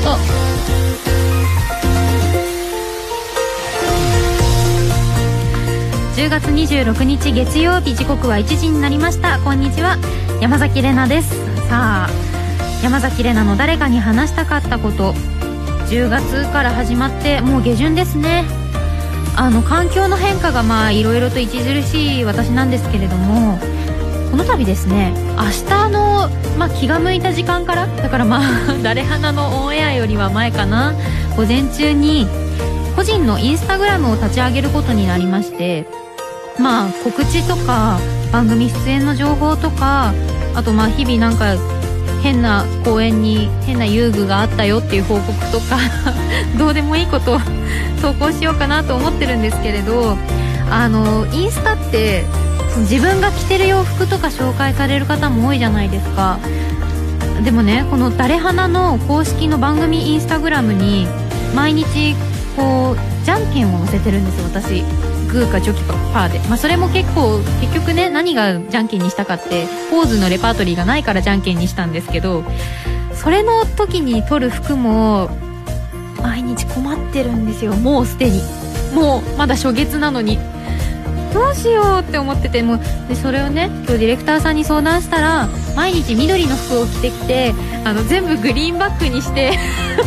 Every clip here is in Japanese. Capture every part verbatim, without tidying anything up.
じゅうがつにじゅうろくにち月曜日、時刻はいちじになりました。こんにちは、山崎怜奈です。さあ、山崎怜奈の誰かに話したかったこと、じゅうがつから始まってもう下旬ですね。あの環境の変化がまあいろいろと著しい私なんですけれども、この度ですね、明日の、まあ、気が向いた時間から、だからまあ誰花のオンエアよりは前かな、午前中に個人のインスタグラムを立ち上げることになりまして、まあ告知とか番組出演の情報とか、あとまあ日々なんか変な公園に変な遊具があったよっていう報告とかどうでもいいことを投稿しようかなと思ってるんですけれど、あのインスタって自分が着てる洋服とか紹介される方も多いじゃないですか。でもね、この誰花の公式の番組インスタグラムに毎日こうじゃんけんを載せてるんですよ、私。グーかチョキかパーで、まあ、それも結構結局ね、何がじゃんけんにしたかってポーズのレパートリーがないからじゃんけんにしたんですけど、それの時に撮る服も毎日困ってるんですよ。もうすでにもうまだ初月なのにどうしようって思ってて、もうでそれをね、今日ディレクターさんに相談したら、毎日緑の服を着てきて、あの全部グリーンバックにして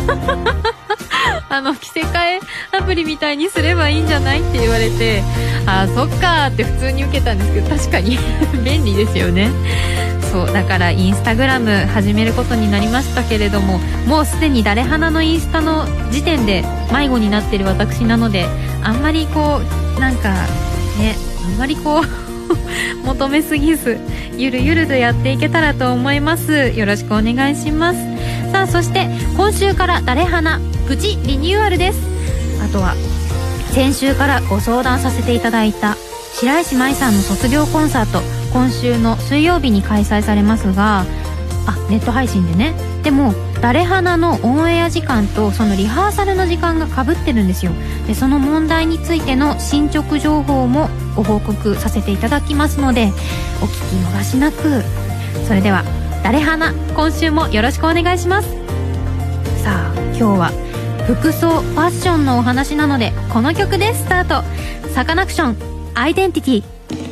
あの着せ替えアプリみたいにすればいいんじゃないって言われて、あーそっかーって普通に受けたんですけど、確かに便利ですよね。そうだからインスタグラム始めることになりましたけれども、もうすでに誰花のインスタの時点で迷子になってる私なので、あんまりこうなんかね、あんまりこう求めすぎず、ゆるゆるとやっていけたらと思います。よろしくお願いします。さあ、そして今週から誰花プチリニューアルです。あとは先週からご相談させていただいた白石麻衣さんの卒業コンサート、今週の水曜日に開催されますが、あ、ネット配信でね。でも誰花のオンエア時間とそのリハーサルの時間がかぶってるんですよ。でその問題についての進捗情報もご報告させていただきますので、お聞き逃しなく。それでは誰花、今週もよろしくお願いします。さあ、今日は服装ファッションのお話なので、この曲でスタート。サカナクション、アイデンティティ。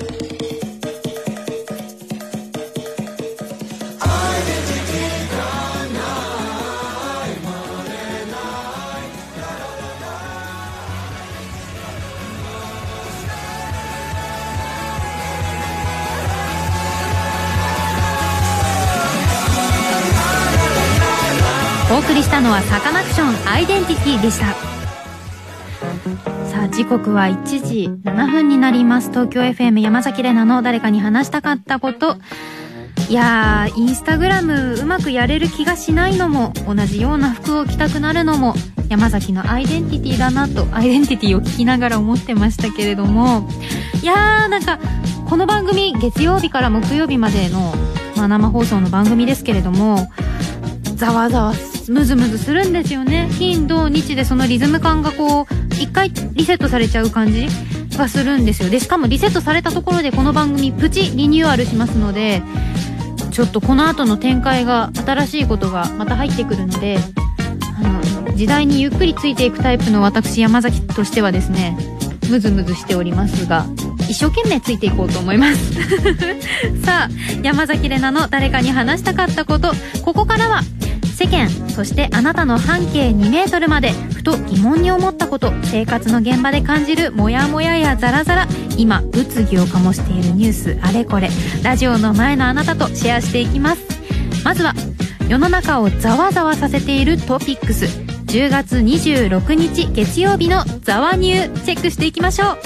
お送りしたのはサカナクション、アイデンティティでした。さあ、時刻はいちじななふんになります。東京 エフエム 山崎怜奈の誰かに話したかったこと。いやー、インスタグラムうまくやれる気がしないのも、同じような服を着たくなるのも山崎のアイデンティティだなと、アイデンティティを聞きながら思ってましたけれども、いやー、なんかこの番組月曜日から木曜日までの、まあ、生放送の番組ですけれども、ざわざわムズムズするんですよね。金土日でそのリズム感がこう一回リセットされちゃう感じがするんですよ。でしかもリセットされたところでこの番組プチリニューアルしますので、ちょっとこの後の展開が、新しいことがまた入ってくるので、あの時代にゆっくりついていくタイプの私山崎としてはですね、ムズムズしておりますが、一生懸命ついていこうと思いますさあ、山崎怜奈の誰かに話したかったこと。ここからは世間、そしてあなたの半径にメートルまでふと疑問に思ったこと、生活の現場で感じるモヤモヤやザラザラ、今物議を醸しているニュース、あれこれ、ラジオの前のあなたとシェアしていきます。まずは世の中をざわざわさせているトピックス、じゅうがつにじゅうろくにち月曜日のザワニュー、チェックしていきましょう。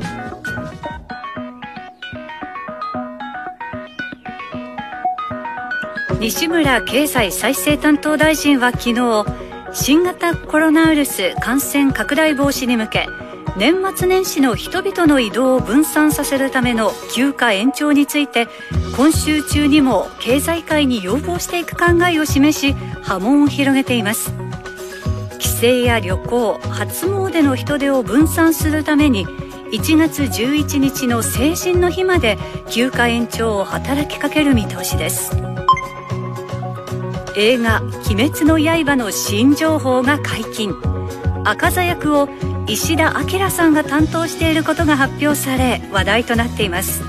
西村経済再生担当大臣は昨日、新型コロナウイルス感染拡大防止に向け、年末年始の人々の移動を分散させるための休暇延長について、今週中にも経済界に要望していく考えを示し、波紋を広げています。帰省や旅行、初詣の人出を分散するために、いちがつじゅういちにちの成人の日まで休暇延長を働きかける見通しです。 映画鬼滅の刃の新情報が解禁。赤座役を石田明さんが担当していることが発表され話題となっています。フ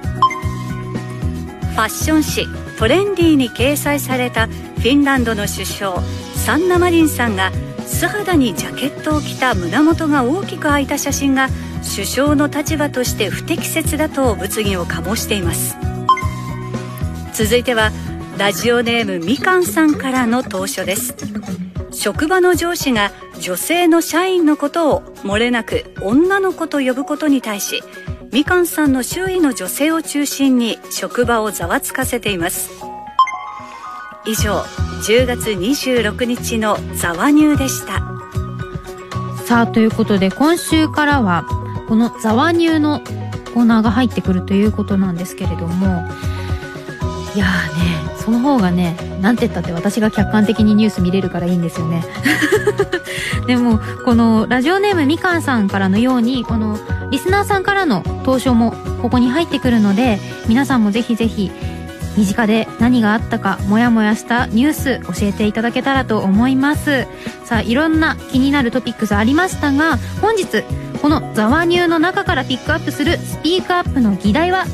ァッション誌トレンディに掲載されたフィンランドの首相サンナ・マリンさんが素肌にジャケットを着た胸元が大きく開いた写真が首相の立場として不適切だと物議を醸しています。続いてはラジオネームみかんさんからの投書です。職場の上司が女性の社員のことを漏れなく女の子と呼ぶことに対し、みかんさんの周囲の女性を中心に職場をざわつかせています。以上、じゅうがつにじゅうろくにちのザワニューでした。 さあ、ということで今週からはこのザワニューのコーナーが入ってくるということなんですけれども、いやーね、その方がね、なんて言ったって私が客観的にニュース見れるからいいんですよね。でもこのラジオネームみかんさんからのように、このリスナーさんからの投書もここに入ってくるので、皆さんもぜひぜひ身近で何があったか、モヤモヤしたニュース教えていただけたらと思います。さあ、いろんな気になるトピックスありましたが、本日このザワニューの中からピックアップするスピークアップの議題は、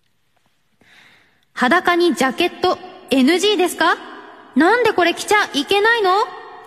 裸にジャケット エヌジー ですか？なんでこれ着ちゃいけないの？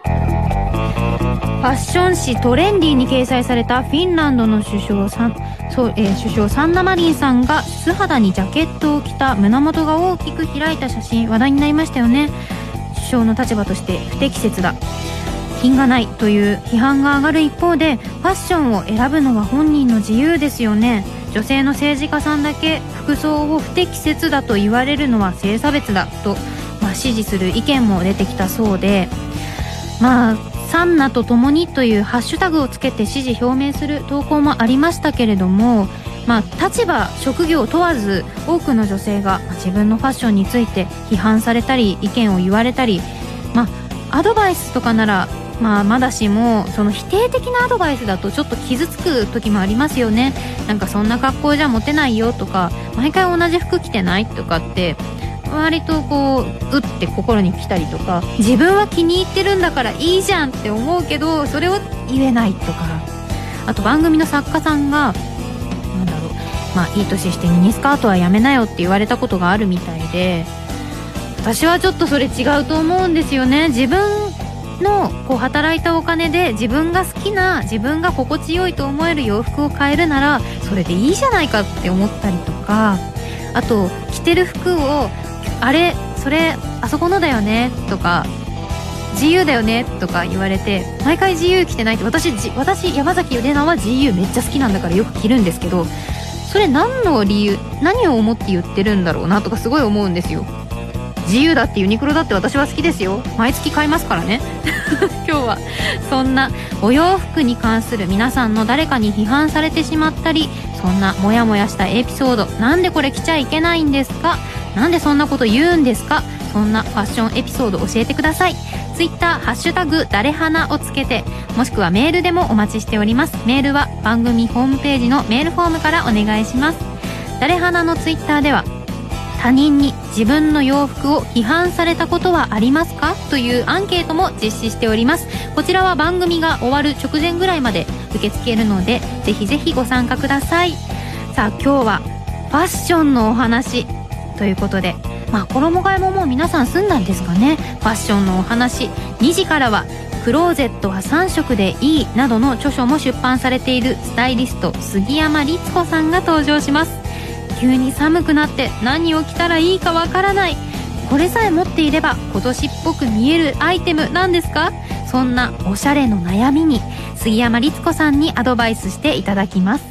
ファッション誌トレンディに掲載されたフィンランドの首相さん、そう、えー、首相サンナ・マリンさんが素肌にジャケットを着た胸元が大きく開いた写真、話題になりましたよね。首相の立場として不適切だ、品がないという批判が上がる一方で、ファッションを選ぶのは本人の自由ですよね。女性の政治家さんだけ服装を不適切だと言われるのは性差別だと、まあ、支持する意見も出てきたそうで、まあサンナと共にというハッシュタグをつけて支持表明する投稿もありましたけれども、まあ、立場職業問わず多くの女性が自分のファッションについて批判されたり意見を言われたり、まあ、アドバイスとかならまあまだしも、その否定的なアドバイスだとちょっと傷つく時もありますよね。なんかそんな格好じゃモテないよとか、毎回同じ服着てないとかって割とこううって心に来たりとか、自分は気に入ってるんだからいいじゃんって思うけどそれを言えないとか、あと番組の作家さんがなんだろう、まあいい年してミニスカートはやめなよって言われたことがあるみたいで、私はちょっとそれ違うと思うんですよね。自分のこう働いたお金で自分が好きな、自分が心地よいと思える洋服を買えるならそれでいいじゃないかって思ったりとか、あと着てる服をあれそれあそこのだよねとか自由だよねとか言われて、毎回自由着てないって、私私山崎怜奈は自由めっちゃ好きなんだからよく着るんですけど、それ何の理由、何を思って言ってるんだろうなとかすごい思うんですよ。自由だってユニクロだって私は好きですよ。毎月買いますからね。今日はそんなお洋服に関する皆さんの誰かに批判されてしまったり、そんなモヤモヤしたエピソード、なんでこれ着ちゃいけないんですか、なんでそんなこと言うんですか、そんなファッションエピソード教えてください。ツイッターハッシュタグ誰花をつけて、もしくはメールでもお待ちしております。メールは番組ホームページのメールフォームからお願いします。誰花のツイッターでは、他人に自分の洋服を批判されたことはありますかというアンケートも実施しております。こちらは番組が終わる直前ぐらいまで受け付けるので、ぜひぜひご参加ください。さあ、今日はファッションのお話ということで、まあ衣替えももう皆さん済んだんですかね。ファッションのお話、にじからはクローゼットはさん色でいいなどの著書も出版されているスタイリスト杉山律子さんが登場します。急に寒くなって何を着たらいいかわからない、これさえ持っていれば今年っぽく見えるアイテムなんですか。そんなおしゃれの悩みに杉山律子さんにアドバイスしていただきます。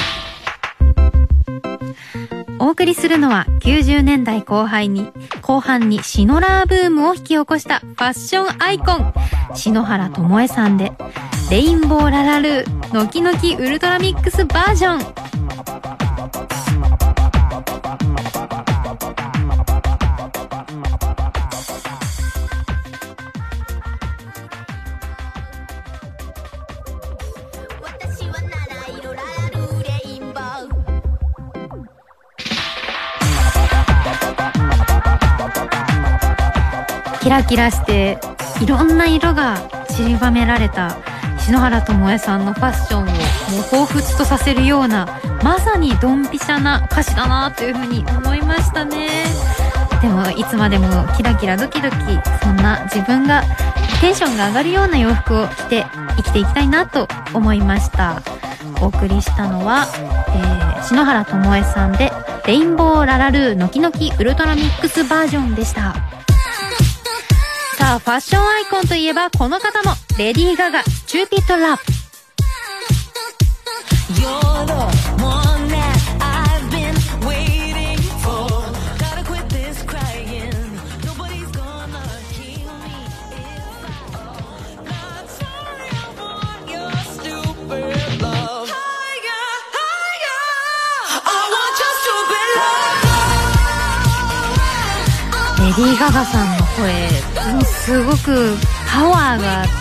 お送りするのはきゅうじゅうねんだいこう半に後半にシノラーブームを引き起こしたファッションアイコン、篠原ともえさんでレインボーララルーノキノキウルトラミックスバージョン。 キラキラしていろんな色が散りばめられた篠原ともえさんのファッションをもう彷彿とさせるような、まさにドンピシャな歌詞だなというふうに思いましたね。でもいつまでもキラキラドキドキ、そんな自分がテンションが上がるような洋服を着て生きていきたいなと思いました。お送りしたのは、えー、篠原ともえさんでレインボーララルーノキノキウルトラミックスバージョンでした。さあ、ファッションアイコンといえばこの方も、レディー・ガガ、スチューピッド・ラブ。レディー・ガガさんの声、もうすごくパワーがあって、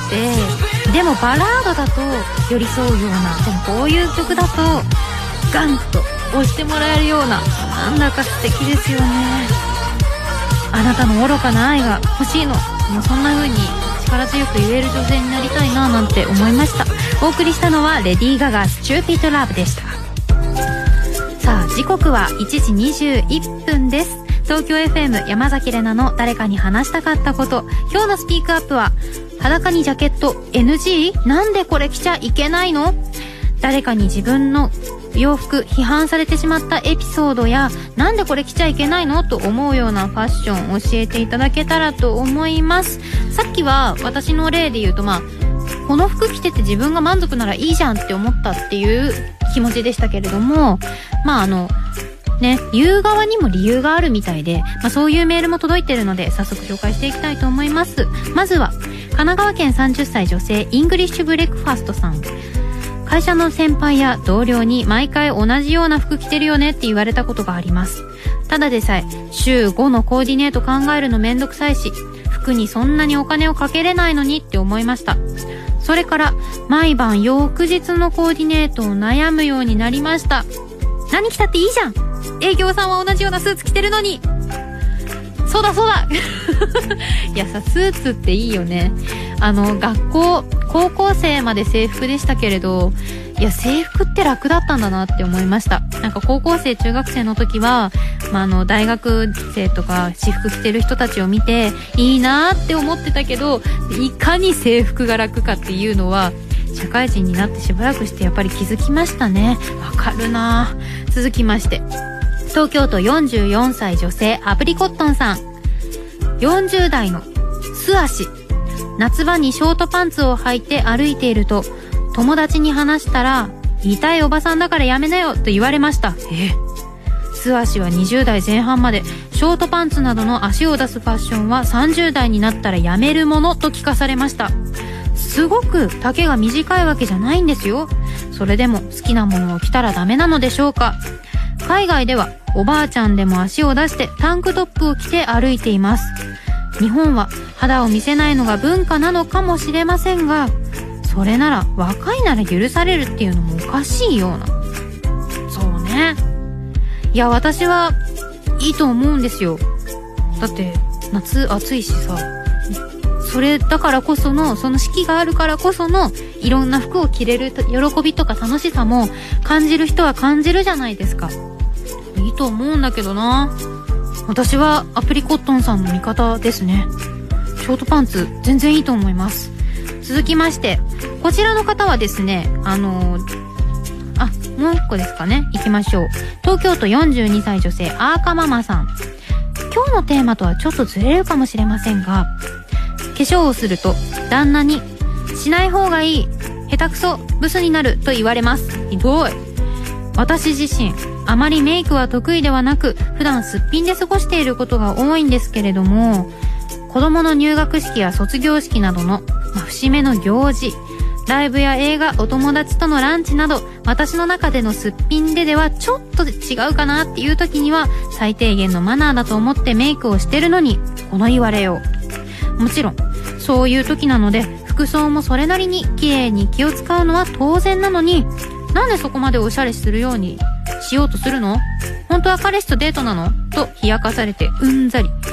でもバラードだと寄り添うような、でもこういう曲だとガンと押してもらえるような、なんだか素敵ですよね。あなたの愚かな愛が欲しいの、もうそんな風に力強く言える女性になりたいななんて思いました。お送りしたのはレディー・ガガ、スチューピッド・ラブでした。さあ、時刻はいちじにじゅういっぷんです。東京 エフエム 山崎怜奈の誰かに話したかったこと。今日のスピークアップは、裸にジャケット エヌジー？ なんでこれ着ちゃいけないの？誰かに自分の洋服批判されてしまったエピソードや、なんでこれ着ちゃいけないのと思うようなファッションを教えていただけたらと思います。さっきは私の例で言うと、まあこの服着てて自分が満足ならいいじゃんって思ったっていう気持ちでしたけれども、まああのね、言う側にも理由があるみたいで、まあ、そういうメールも届いているので早速紹介していきたいと思います。まずは神奈川県さんじゅっさい女性、イングリッシュブレックファストさん。会社の先輩や同僚に毎回同じような服着てるよねって言われたことがあります。ただでさえ週ごのコーディネート考えるのめんどくさいし、服にそんなにお金をかけれないのにって思いました。それから毎晩翌日のコーディネートを悩むようになりました。何着たっていいじゃん、営業さんは同じようなスーツ着てるのに。そうだそうだいやさ、スーツっていいよね。あの学校高校生まで制服でしたけれど、いや制服って楽だったんだなって思いました。なんか高校生中学生の時は、まあ、あの大学生とか私服着てる人たちを見ていいなって思ってたけど、いかに制服が楽かっていうのは社会人になってしばらくしてやっぱり気づきましたね。わかるな。続きまして、東京都よんじゅうよんさい女性、アプリコットンさん。よんじゅう代の素足。夏場にショートパンツを履いて歩いていると、友達に話したら、痛いおばさんだからやめなよと言われました。え素足はにじゅう代前半まで、ショートパンツなどの足を出すファッションはさんじゅう代になったらやめるものと聞かされました。すごく丈が短いわけじゃないんですよ。それでも好きなものを着たらダメなのでしょうか。海外ではおばあちゃんでも足を出してタンクトップを着て歩いています。日本は肌を見せないのが文化なのかもしれませんが、それなら若いなら許されるっていうのもおかしいような。そうね。いや私はいいと思うんですよ。だって夏暑いしさ、それだからこその、その四季があるからこそのいろんな服を着れる喜びとか楽しさも感じる人は感じるじゃないですか。いいと思うんだけどな。私はアプリコットンさんの味方ですね。ショートパンツ全然いいと思います。続きまして、こちらの方はですね、あのー、あ、もう一個ですかね。行きましょう。東京都よんじゅうにさい女性、アーカママさん。今日のテーマとはちょっとずれるかもしれませんが、化粧をすると旦那にしない方がいい、下手くそ、ブスになると言われます。ひどい。私自身あまりメイクは得意ではなく、普段すっぴんで過ごしていることが多いんですけれども、子供の入学式や卒業式などの、まあ、節目の行事、ライブや映画、お友達とのランチなど、私の中でのすっぴんでではちょっと違うかなっていう時には最低限のマナーだと思ってメイクをしてるのに、この言われよう。もちろんそういう時なので服装もそれなりに綺麗に気を使うのは当然なのに、なんでそこまでおしゃれするようにしようとするの？本当は彼氏とデートなの？と冷やかされてうんざり。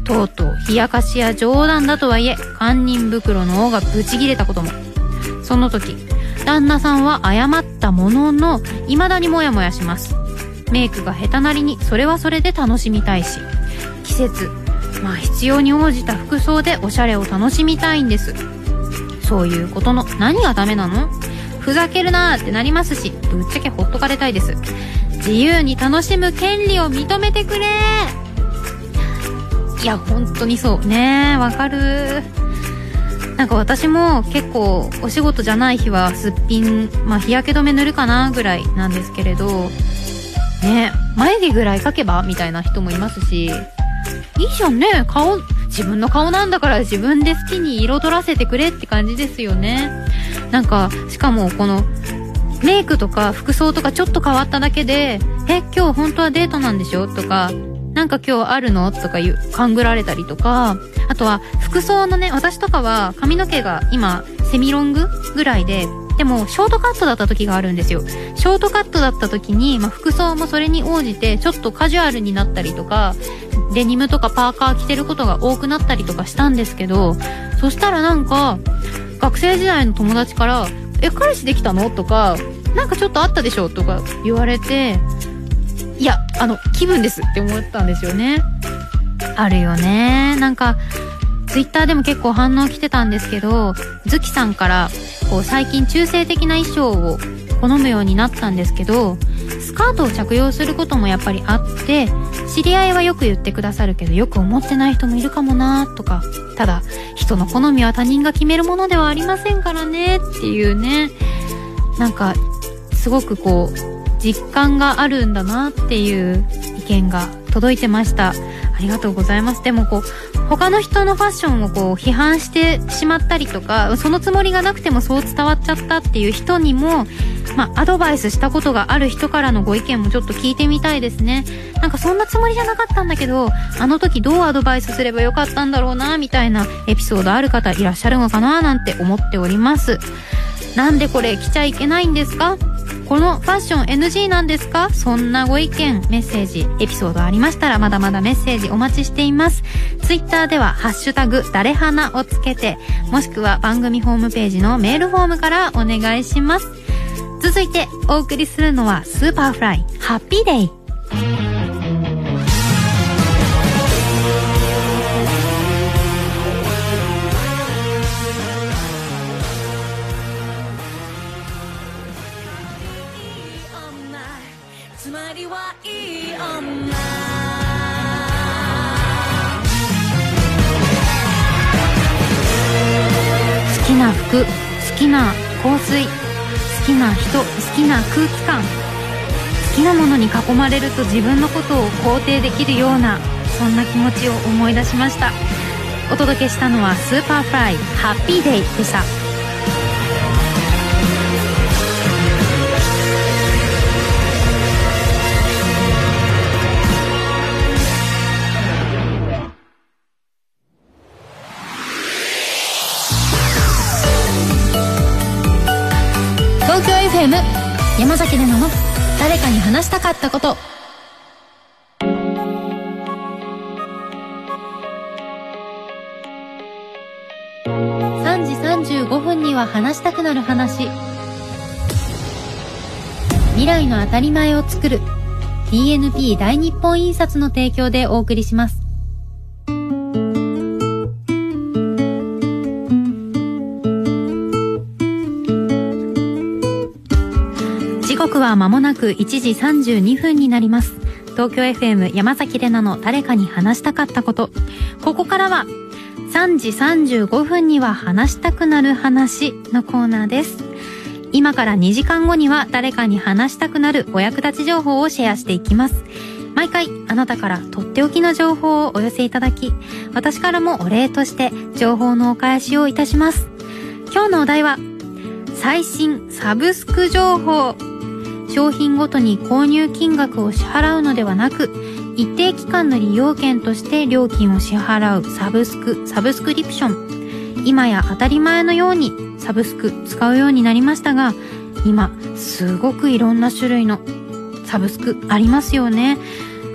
とうとう冷やかしや冗談だとはいえ堪忍袋の緒がブチ切れたことも。その時旦那さんは謝ったものの未だにモヤモヤします。メイクが下手なりにそれはそれで楽しみたいし、季節まあ必要に応じた服装でおしゃれを楽しみたいんです。そういうことの何がダメなの？ふざけるなーってなりますし、ぶっちゃけほっとかれたいです。自由に楽しむ権利を認めてくれー。いや本当にそうね、わかる。なんか私も結構お仕事じゃない日はすっぴん、まあ日焼け止め塗るかなぐらいなんですけれどね、眉毛ぐらい描けばみたいな人もいますし、いいじゃんね、顔自分の顔なんだから自分で好きに彩らせてくれって感じですよね。なんかしかもこのメイクとか服装とかちょっと変わっただけで、え今日本当はデートなんでしょとか、なんか今日あるのとかいう勘ぐられたりとか、あとは服装のね、私とかは髪の毛が今セミロングぐらいで、でもショートカットだった時があるんですよ。ショートカットだった時に、まあ、服装もそれに応じてちょっとカジュアルになったりとか、デニムとかパーカー着てることが多くなったりとかしたんですけど、そしたらなんか学生時代の友達からえ彼氏できたのとか、なんかちょっとあったでしょとか言われて、いやあの気分ですって思ったんですよね。あるよね。なんかツイッターでも結構反応来てたんですけど、ズキさんからこう最近中性的な衣装を好むようになったんですけど、スカートを着用することもやっぱりあって、知り合いはよく言ってくださるけどよく思ってない人もいるかもなとか、ただ人の好みは他人が決めるものではありませんからねっていうね、なんかすごくこう実感があるんだなっていう意見が届いてました。ありがとうございます。でもこう他の人のファッションをこう批判してしまったりとか、そのつもりがなくてもそう伝わっちゃったっていう人にも、まあアドバイスしたことがある人からのご意見もちょっと聞いてみたいですね。なんかそんなつもりじゃなかったんだけど、あの時どうアドバイスすればよかったんだろうなみたいなエピソードある方いらっしゃるのかななんて思っております。なんでこれ着ちゃいけないんですか？このファッション エヌジー なんですか？そんなご意見、メッセージ、エピソードありましたらまだまだメッセージお待ちしています。ツイッターではハッシュタグ誰花をつけて、もしくは番組ホームページのメールフォームからお願いします。続いてお送りするのはスーパーフライハッピーデイ。 つまりはいい女。 好きな服、好きな香水、好きな人、好きな空気感、好きなものに囲まれると自分のことを肯定できるような、そんな気持ちを思い出しました。お届けしたのはスーパーフライハッピーデイでした。東京 エフエム 山崎怜奈の誰かに話したかったこと。さんじさんじゅうごふんには話したくなる話。未来の当たり前を作る ティーエヌピー 大日本印刷の提供でお送りします。時刻は間もなくいちじさんじゅうにふんになります。東京 エフエム 山崎怜奈の誰かに話したかったこと。ここからはさんじさんじゅうごふんには話したくなる話のコーナーです。今からにじかんごには誰かに話したくなるお役立ち情報をシェアしていきます。毎回あなたからとっておきの情報をお寄せいただき、私からもお礼として情報のお返しをいたします。今日のお題は最新サブスク情報。商品ごとに購入金額を支払うのではなく、一定期間の利用券として料金を支払うサブスク、サブスクリプション。今や当たり前のようにサブスク使うようになりましたが、今すごくいろんな種類のサブスクありますよね。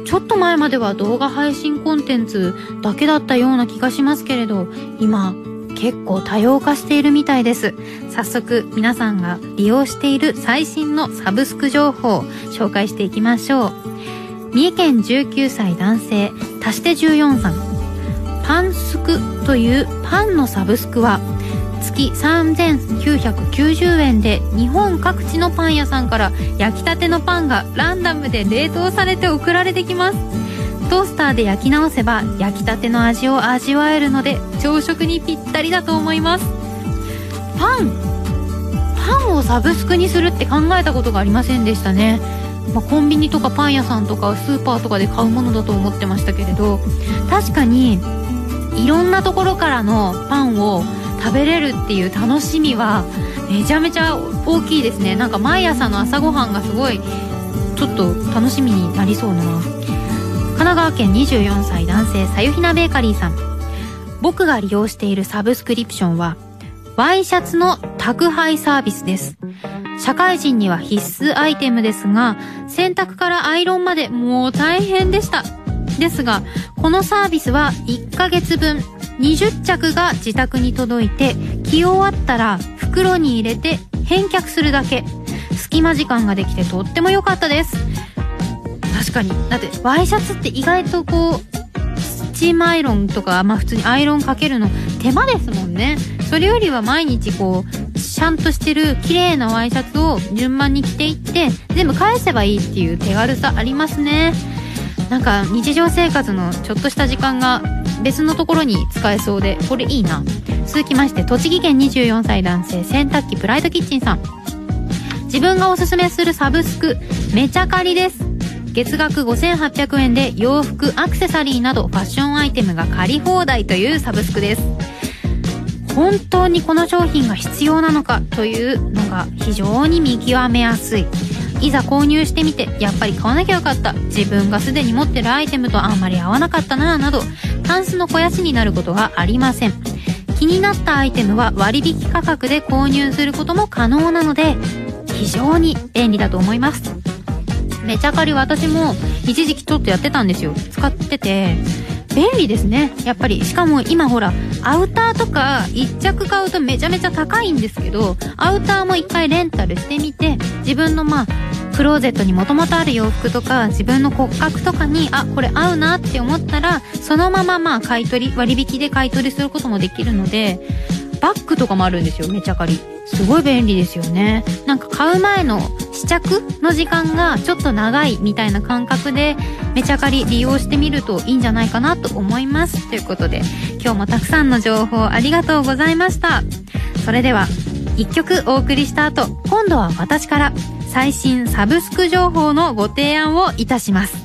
ちょっと前までは動画配信コンテンツだけだったような気がしますけれど、今結構多様化しているみたいです。早速皆さんが利用している最新のサブスク情報を紹介していきましょう。三重県じゅうきゅうさい男性、足してじゅうよんさん。パンスクというパンのサブスクは月さんぜんきゅうひゃくきゅうじゅうえんで、日本各地のパン屋さんから焼きたてのパンがランダムで冷凍されて送られてきます。トースターで焼き直せば焼きたての味を味わえるので、朝食にぴったりだと思います。パンパンをサブスクにするって考えたことがありませんでしたね。まあ、コンビニとかパン屋さんとかスーパーとかで買うものだと思ってましたけれど、確かにいろんなところからのパンを食べれるっていう楽しみはめちゃめちゃ大きいですね。なんか毎朝の朝ごはんがすごいちょっと楽しみになりそうだな。神奈川県にじゅうよんさい男性、さゆひなベーカリーさん。僕が利用しているサブスクリプションはワイシャツの宅配サービスです。社会人には必須アイテムですが、洗濯からアイロンまでもう大変でした。ですがこのサービスはいっかげつぶんにじゅっちゃくが自宅に届いて、着終わったら袋に入れて返却するだけ。隙間時間ができてとっても良かったです。確かに、だってワイシャツって意外とこうスチームアイロンとか、まあ普通にアイロンかけるの手間ですもんね。それよりは毎日こうちゃんとしてる綺麗なワイシャツを順番に着ていって全部返せばいいっていう手軽さありますね。なんか日常生活のちょっとした時間が別のところに使えそうで、これいいな。続きまして、栃木県にじゅうよんさい男性、洗濯機プライドキッチンさん。自分がおすすめするサブスク、めちゃ借りです。月額ごせんはっぴゃくえんで洋服、アクセサリーなどファッションアイテムが借り放題というサブスクです。本当にこの商品が必要なのかというのが非常に見極めやすい。いざ購入してみて、やっぱり買わなきゃよかった、自分がすでに持ってるアイテムとあんまり合わなかったなぁなど、タンスの肥やしになることがありません。気になったアイテムは割引価格で購入することも可能なので、非常に便利だと思います。めちゃ借り私も一時期ちょっとやってたんですよ。使ってて便利ですね、やっぱり。しかも今ほらアウターとか一着買うとめちゃめちゃ高いんですけど、アウターも一回レンタルしてみて、自分のまあクローゼットにもともとある洋服とか自分の骨格とかに、あ、これ合うなって思ったらそのまままあ買い取り、割引で買い取りすることもできるので、バッグとかもあるんですよ、めちゃ借り。すごい便利ですよね。なんか買う前の試着の時間がちょっと長いみたいな感覚でめちゃ借り利用してみるといいんじゃないかなと思います。ということで今日もたくさんの情報ありがとうございました。それではいっきょくお送りした後、今度は私から最新サブスク情報のご提案をいたします。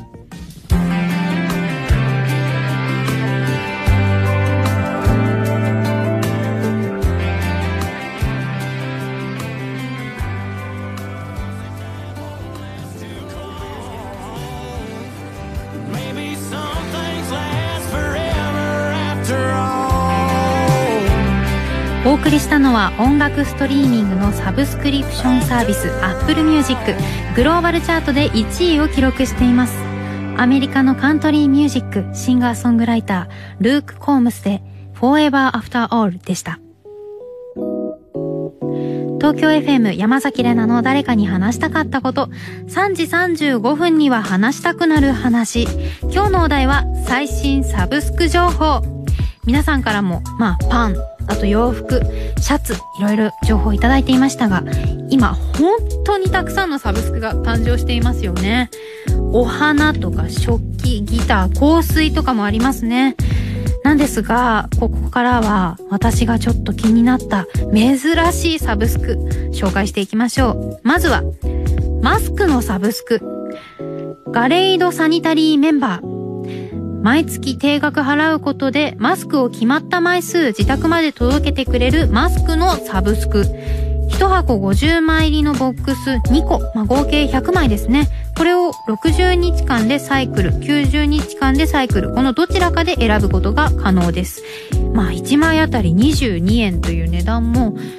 お送りしたのは音楽ストリーミングのサブスクリプションサービス Apple Music、 グローバルチャートでいちいを記録しています。アメリカのカントリーミュージックシンガーソングライタールーク・コームスで Forever After All でした。東京 エフエム 山崎怜奈の誰かに話したかったこと、さんじさんじゅうごふんには話したくなる話。今日のお題は最新サブスク情報。皆さんからもまあパン、あと洋服、シャツ、いろいろ情報いただいていましたが、今本当にたくさんのサブスクが誕生していますよね。お花とか食器、ギター、香水とかもありますね。なんですが、ここからは私がちょっと気になった珍しいサブスク紹介していきましょう。まずはマスクのサブスク。ガレイドサニタリーメンバー。毎月定額払うことでマスクを決まった枚数自宅まで届けてくれるマスクのサブスク。いちはこごじゅうまい入りのボックスにこ、まあ、合計ひゃくまいですね。これをろくじゅうにちかんでサイクル、きゅうじゅうにちかんでサイクル、このどちらかで選ぶことが可能です。まあいちまいあたりにじゅうにえんという値段も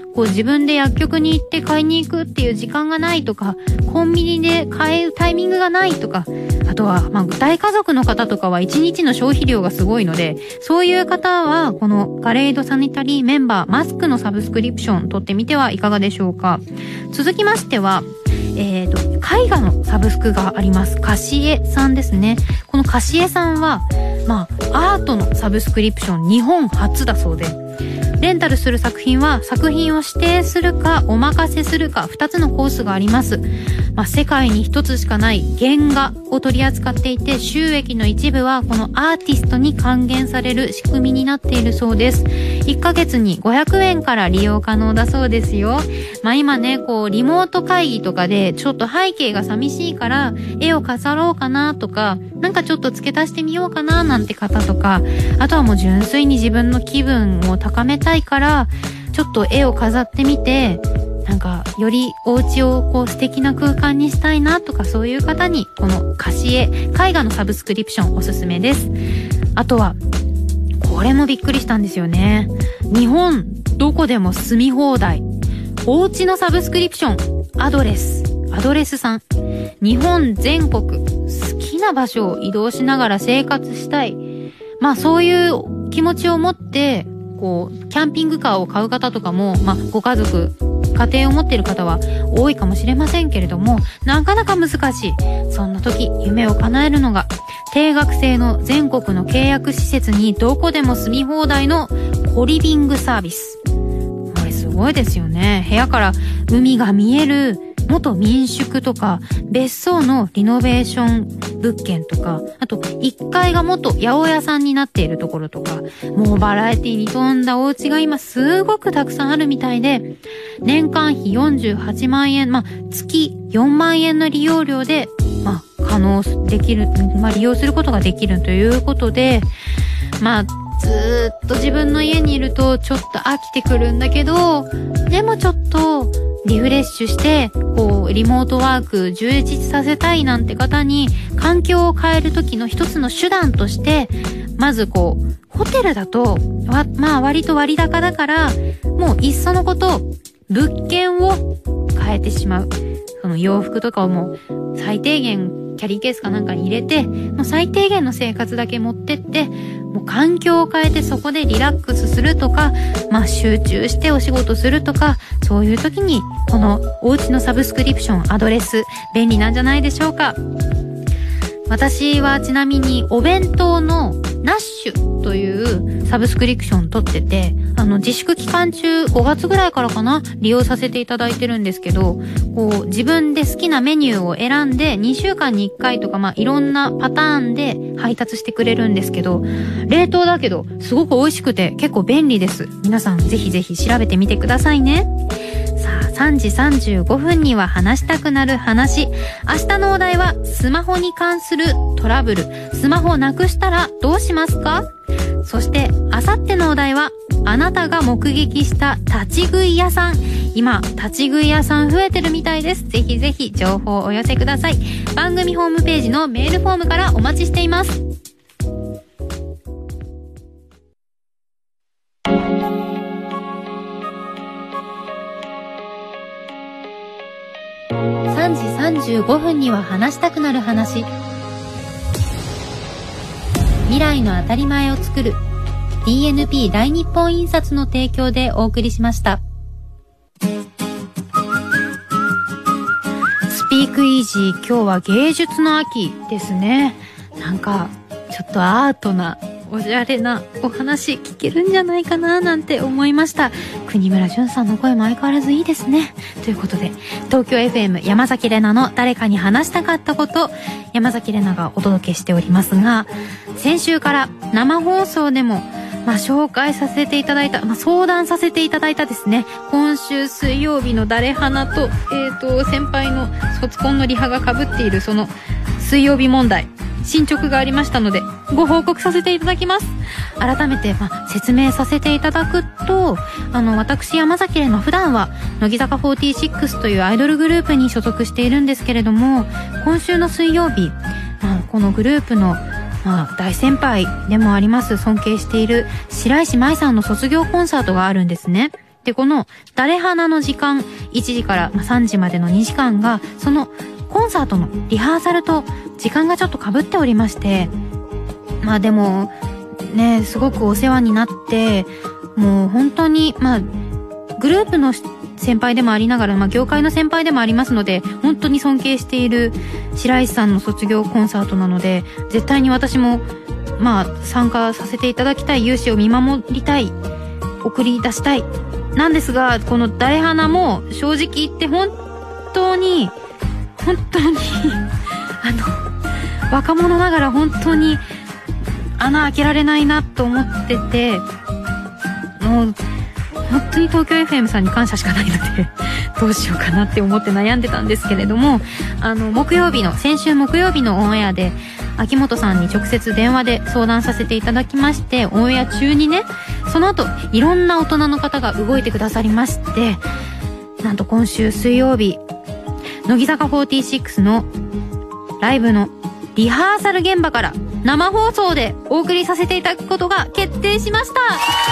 こう自分で薬局に行って買いに行くっていう時間がないとか、コンビニで買えるタイミングがないとか、あとは、まあ、大家族の方とかはいちにちの消費量がすごいので、そういう方は、このガレードサニタリーメンバーマスクのサブスクリプション取ってみてはいかがでしょうか。続きましては、えーと、絵画のサブスクがあります。カシエさんですね。このカシエさんは、まあ、アートのサブスクリプション日本初だそうで、レンタルする作品は作品を指定するかお任せするかふたつのコースがあります。まあ、世界にひとつしかない原画を取り扱っていて、収益の一部はこのアーティストに還元される仕組みになっているそうです。いっかげつにごひゃくえんから利用可能だそうですよ。まあ今ね、こうリモート会議とかでちょっと背景が寂しいから絵を飾ろうかなとか、なんかちょっと付け足してみようかななんて方とか、あとはもう純粋に自分の気分を高めたいからちょっと絵を飾ってみて、なんかよりお家をこう素敵な空間にしたいなとか、そういう方にこのカシエ絵画のサブスクリプションおすすめです。あとはこれもびっくりしたんですよね。日本どこでも住み放題お家のサブスクリプションアドレスアドレスさん、日本全国好きな場所を移動しながら生活したい、まあそういう気持ちを持ってこうキャンピングカーを買う方とかも、まあご家族家庭を持っている方は多いかもしれませんけれども、なかなか難しい。そんな時夢を叶えるのが定額制の全国の契約施設にどこでも住み放題のコリビングサービス。これすごいですよね。部屋から海が見える元民宿とか別荘のリノベーション物件とか、あといっかいが元八百屋さんになっているところとか、もうバラエティに富んだお家が今すごくたくさんあるみたいで、年間費よんじゅうはちまんえん、まあ月よんまんえんの利用料でまあ可能できる、まあ利用することができるということで、まあずーっと自分の家にいるとちょっと飽きてくるんだけど、でもちょっとリフレッシュしてこうリモートワーク充実させたいなんて方に、環境を変える時の一つの手段として、まずこうホテルだとわまあ割と割高だから、もういっそのこと物件を変えてしまう。その洋服とかをもう最低限キャリーケースかなんかに入れて、もう最低限の生活だけ持ってって、もう環境を変えてそこでリラックスするとか、まあ集中してお仕事するとか、そういう時にこのお家のサブスクリプションアドレス便利なんじゃないでしょうか。私はちなみにお弁当のナッシュというサブスクリプション取ってて、あの自粛期間中ごがつぐらいからかな、利用させていただいてるんですけど、こう自分で好きなメニューを選んでにしゅうかんにいっかいとか、まあいろんなパターンで配達してくれるんですけど、冷凍だけどすごく美味しくて結構便利です。皆さんぜひぜひ調べてみてくださいね。さあさんじさんじゅうごふんには話したくなる話。明日のお題はスマホに関するトラブル。スマホをなくしたらどうしますか？そして明後日のお題は、あなたが目撃した立ち食い屋さん。今立ち食い屋さん増えてるみたいです。ぜひぜひ情報をお寄せください。番組ホームページのメールフォームからお待ちしています。さんじさんじゅうごふんには話したくなる話。未来の当たり前を作る ディーエヌピー 大日本印刷の提供でお送りしました。スピークイージー、今日は芸術の秋ですね。なんかちょっとアートなおしゃれなお話聞けるんじゃないかななんて思いました。国村淳さんの声も相変わらずいいですね。ということで、東京 エフエム 山崎怜奈の誰かに話したかったこと、山崎怜奈がお届けしておりますが、先週から生放送でもまあ紹介させていただいた、まあ相談させていただいたですね、今週水曜日の誰花と、えーと、先輩の卒コンのリハが被っているその水曜日問題、進捗がありましたのでご報告させていただきます。改めて、まあ、説明させていただくと、あの私山崎怜奈、普段は乃木坂フォーティーシックスというアイドルグループに所属しているんですけれども、今週の水曜日、まあ、このグループの、まあ、大先輩でもあります、尊敬している白石麻衣さんの卒業コンサートがあるんですね。 で、この誰花の時間、いちじからさんじまでのにじかんが、そのコンサートのリハーサルと時間がちょっと被っておりまして、まあでも、ね、すごくお世話になって、もう本当に、まあ、グループの先輩でもありながら、まあ業界の先輩でもありますので、本当に尊敬している白石さんの卒業コンサートなので、絶対に私も、まあ参加させていただきたい、勇姿を見守りたい、送り出したい。なんですが、この誰花も正直言って本当に、本当に、あの、若者ながら本当に穴開けられないなと思ってて、もう、本当に東京 エフエム さんに感謝しかないのでどうしようかなって思って悩んでたんですけれども、あの木曜日の先週木曜日のオンエアで秋元さんに直接電話で相談させていただきまして、オンエア中にね、その後いろんな大人の方が動いてくださりまして、なんと今週水曜日乃木坂フォーティーシックスのライブのリハーサル現場から生放送でお送りさせていただくことが決定しました。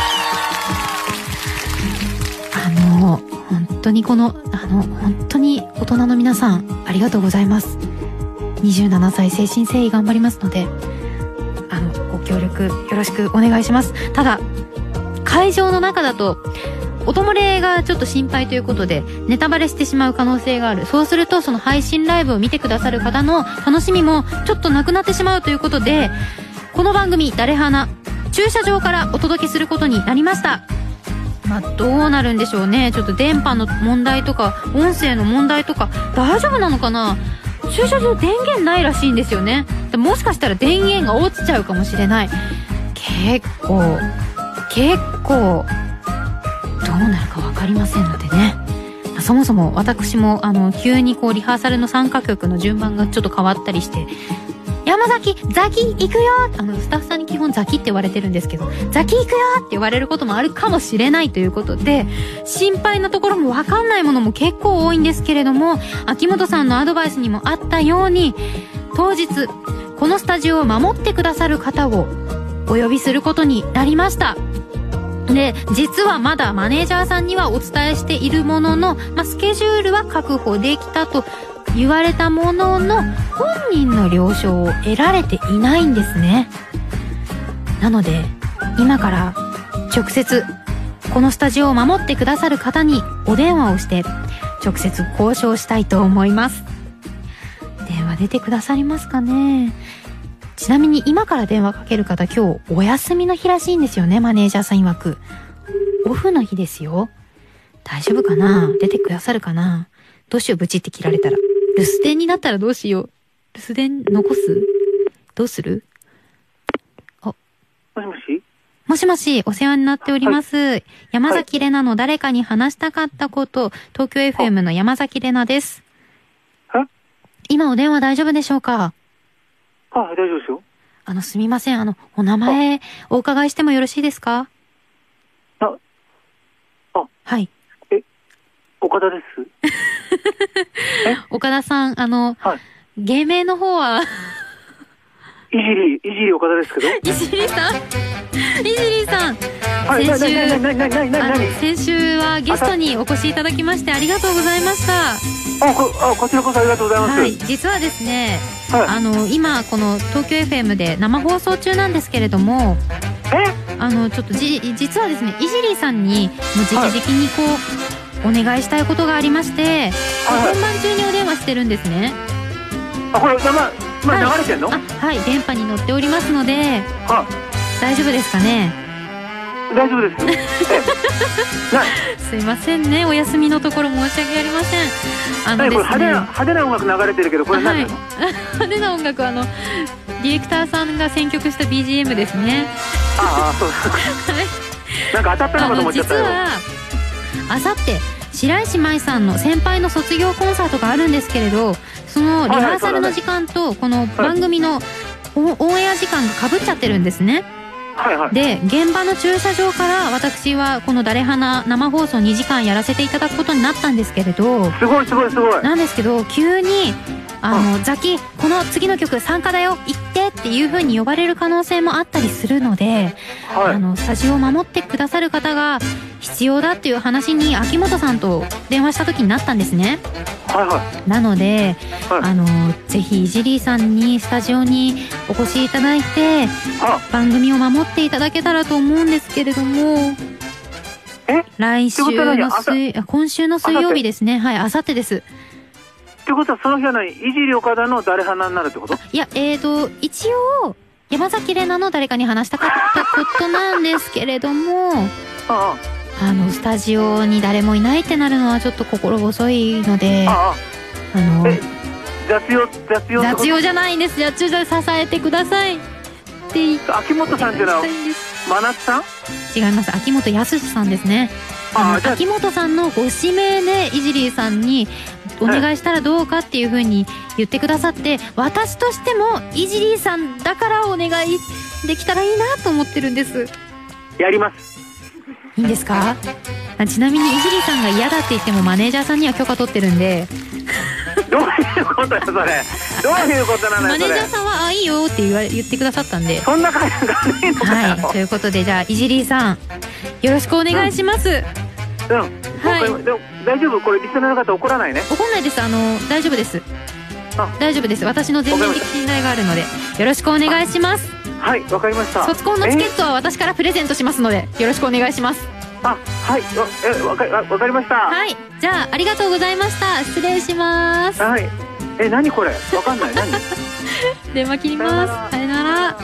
あの本当にこのあの本当に大人の皆さんありがとうございます。にじゅうななさい誠心誠意頑張りますので、あのご協力よろしくお願いします。ただ会場の中だと音漏れがちょっと心配ということでネタバレしてしまう可能性がある。そうするとその配信ライブを見てくださる方の楽しみもちょっとなくなってしまうということで、この番組誰花駐車場からお届けすることになりました。まあどうなるんでしょうね。ちょっと電波の問題とか音声の問題とか大丈夫なのかな。駐車場電源ないらしいんですよね。もしかしたら電源が落ちちゃうかもしれない。結構結構どうなるか分かりませんのでね。そもそも私もあの急にこうリハーサルの参加曲の順番がちょっと変わったりして、山崎ザキ行くよ、あのスタッフさんに基本ザキって言われてるんですけど、ザキ行くよって言われることもあるかもしれないということで、心配なところも分かんないものも結構多いんですけれども、秋元さんのアドバイスにもあったように、当日このスタジオを守ってくださる方をお呼びすることになりました。で、実はまだマネージャーさんにはお伝えしているものの、まあ、スケジュールは確保できたと言われたものの、本人の了承を得られていないんですね。なので今から直接このスタジオを守ってくださる方にお電話をして直接交渉したいと思います。電話出てくださりますかね。ちなみに今から電話かける方、今日お休みの日らしいんですよね。マネージャーさん曰くオフの日ですよ。大丈夫かな、出てくださるかな。どうしよう、ブチって切られたら。留守電になったらどうしよう。留守電残す？どうする？あ、 もしもし？ もしもし、お世話になっております。はい、山崎怜奈の誰かに話したかったこと、東京 エフエム の山崎怜奈です。今お電話大丈夫でしょうか？ あ、大丈夫ですよ。 あの、すみません。あの、お名前、お伺いしてもよろしいですか？ あ、あ、 はい。 え、岡田です。 え岡田さん、あの、はい、芸名の方は、 いじり、いじり岡田ですけど。 いじりさんいじりさん、 はい、 先週、 な、な、な、な、な、な、な、 先週はゲストにお越しいただきましてありがとうございました。 あ、こ、あ、こちらこそありがとうございます。 はい、実はですね、 はい、 あの今この東京 エフエム で生放送中なんですけれども、 え、 あのちょっとじ実はですね、いじりさんにもう直々にこう、はい、お願いしたいことがありまして、はい、本番中にお電話してるんですね。 あ、これ生、まあ、流れてんの？ あ、はい、電波に乗っておりますので、 あ、 大丈夫ですかね？ 大丈夫です。 すいませんね、お休みのところ申し訳ありません。あのですね、 これ派手な派手な音楽流れてるけど、これ何なの？ はい、派手な音楽はあのディレクターさんが選曲した ビージーエム ですね。 ああ、そうです。はい。なんか当たったのかと思っちゃったよ。 実はあさって白石麻衣さんの先輩の卒業コンサートがあるんですけれど、そのリハーサルの時間とこの番組のオンエア時間が被っちゃってるんですね。 はいはい、 で、現場の駐車場から私はこの誰花生放送にじかんやらせていただくことになったんですけれど、 すごいすごいすごい。 なんですけど、急にあのザキこの次の曲参加だよ行ってっていう風に呼ばれる可能性もあったりするので、 はい、 あのスタジオを守ってくださる方が必要だっていう話に秋元さんと電話した時になったんですね。 はいはい。 なので、はい、あのぜひイジリーさんにスタジオにお越しいただいて番組を守っていただけたらと思うんですけれども。 え来週の水今週の水曜日ですね。はい、あさってです。 ってことはその日は何、いじり岡田の誰花になるってこと？ いや、えーと一応山崎怜奈の誰かに話したかったことなんですけれどもあああのスタジオに誰もいないってなるのはちょっと心細いので、 あああのえ雑用雑用雑用じゃないんです。雑用で支えてくださいって言って秋元さんっていうのは真夏さん？ 違います。秋元康さんですね。あの秋元さんのご指名でイジリーさんにお願いしたらどうかっていう風に言ってくださって、私としてもイジリーさんだからお願いできたらいいなと思ってるんです。 やります。 いいんですか？ちなみにイジリーさんが嫌だって言ってもマネージャーさんには許可取ってるんでどういうことよそれ。どういうことなのよそれ。 マネージャーさんはあいいよって言われ言ってくださったんで、 そんな感じがないのかよ。 はい、ということでじゃあイジリーさんよろしくお願いします。うん、 うん、はい、でも大丈夫？これリスナーの方怒らないね？ 怒んないです。あの大丈夫です。あ、大丈夫です。私の全面的信頼があるのでよろしくお願いします。 はい、わかりました。 卒コンのチケットは私からプレゼントしますのでよろしくお願いします。 あ、はい、え、わかり、わかりました。 はい、じゃあありがとうございました。失礼します。 はい。え、何これ？わかんない。何？ 電話切ります。さよなら。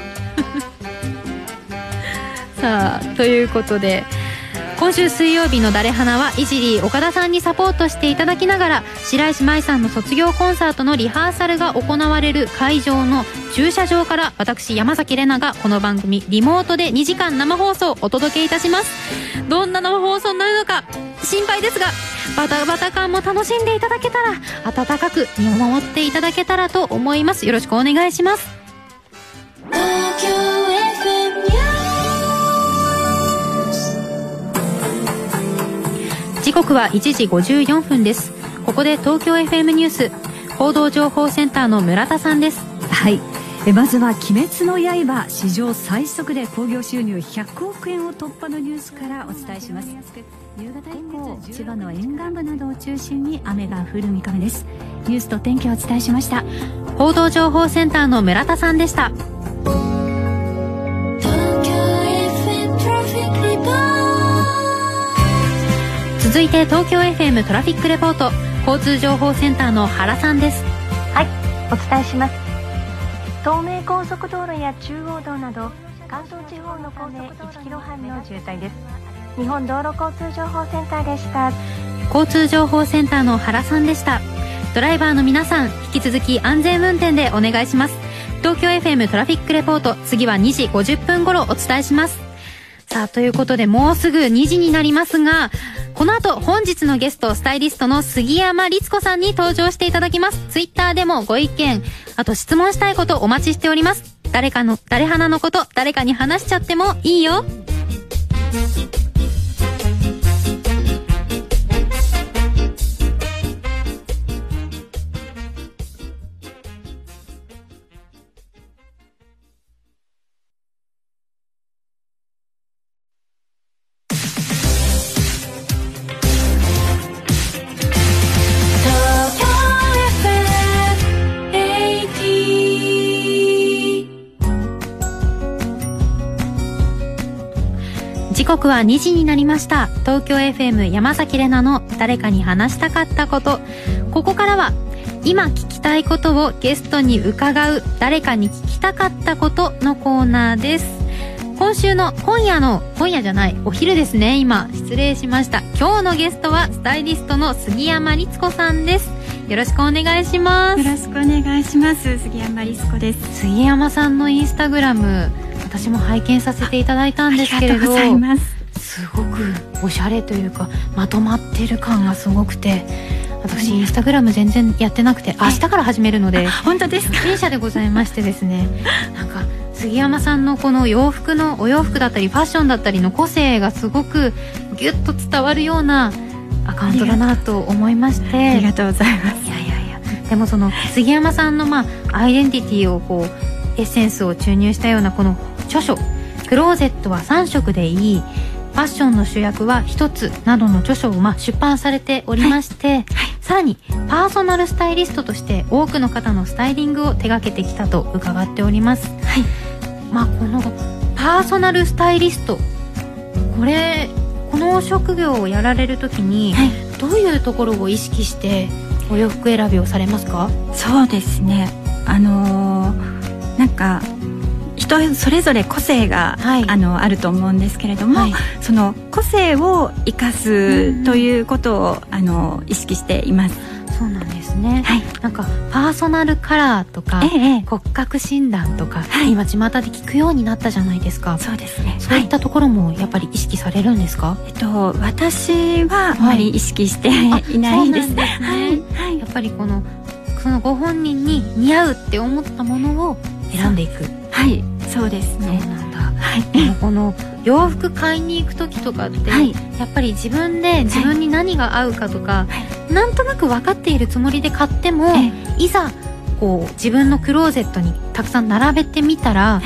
さあ、ということで今週水曜日の誰花はイジリー岡田さんにサポートしていただきながら白石麻衣さんの卒業コンサートのリハーサルが行われる会場の駐車場から私山崎怜奈がこの番組リモートでにじかん生放送をお届けいたします。どんな生放送になるのか心配ですがバタバタ感も楽しんでいただけたら温かく見守っていただけたらと思います。よろしくお願いします。時刻はいちじごじゅうよんふんです。ここで東京 エフエム ニュース報道情報センターの村田さんです。 はい、えまずは鬼滅の刃史上最速で興行収入ひゃくおくえんを突破のニュースからお伝えします。夕方以降千葉の沿岸部などを中心に雨が降る見込みです。ニュースと天気をお伝えしました。 報道情報センターの村田さんでした。続いて東京 エフエム トラフィックレポート交通情報センターの原さんです。 はい、お伝えします。東名高速道路や中央道など関東地方の高速いちキロはんの渋滞です。日本道路交通情報センターでした。 交通情報センターの原さんでした。ドライバーの皆さん引き続き安全運転でお願いします。東京 エフエム トラフィックレポート次はにじごじゅっぷん頃お伝えします。さあということでもうすぐにじになりますがこの後本日のゲストスタイリストの杉山律子さんに登場していただきます。ツイッターでもご意見あと質問したいことお待ちしております。誰かの誰花のこと誰かに話しちゃってもいいよ。時刻はにじになりました。東京 エフエム 山崎怜奈の誰かに話したかったこと。ここからは今聞きたいことをゲストに伺う誰かに聞きたかったことのコーナーです。今週の今夜の今夜じゃないお昼ですね。今失礼しました。今日のゲストはスタイリストの杉山律子さんです。よろしくお願いします。 よろしくお願いします。杉山律子です。 杉山さんのインスタグラム私も拝見させていただいたんですけれど、ありがとうございます。すごくおしゃれというかまとまってる感がすごくて、私インスタグラム全然やってなくて明日から始めるので本当ですか。 初心者でございましてですねなんか杉山さんのこの洋服のお洋服だったりファッションだったりの個性がすごくギュッと伝わるようなアカウントだなと思いまして、 ありがとうございます。 いやいやいやでもその杉山さんのまあアイデンティティをこうエッセンスを注入したようなこの著書「クローゼットはさん色でいい」ファッションの主役は一つなどの著書をまあ出版されておりまして、はいはい、さらにパーソナルスタイリストとして多くの方のスタイリングを手掛けてきたと伺っております、はい。まあ、このパーソナルスタイリスト、これこの職業をやられるときに、はい、どういうところを意識してお洋服選びをされますか？ そうですね、あのー、なんか人それぞれ個性が、はい、あのあると思うんですけれども、はい、その個性を生かすということを、あの意識しています。 そうなんですね、はい、なんかパーソナルカラーとか、ええ、骨格診断とか、はい、今巷で聞くようになったじゃないですか。 そうですね。 そういったところもやっぱり意識されるんですか？ えっと、私はあまり意識して、はい、いないですね。 はい、やっぱりこのそのご本人に似合うって思ったものを選んでいく。 はい、そうですね。 そうなんだ。はい、でもこの洋服買いに行く時とかって、はい、やっぱり自分で自分に何が合うかとか、はい、なんとなく分かっているつもりで買っても、はい、いざこう自分のクローゼットにたくさん並べてみたら、はい、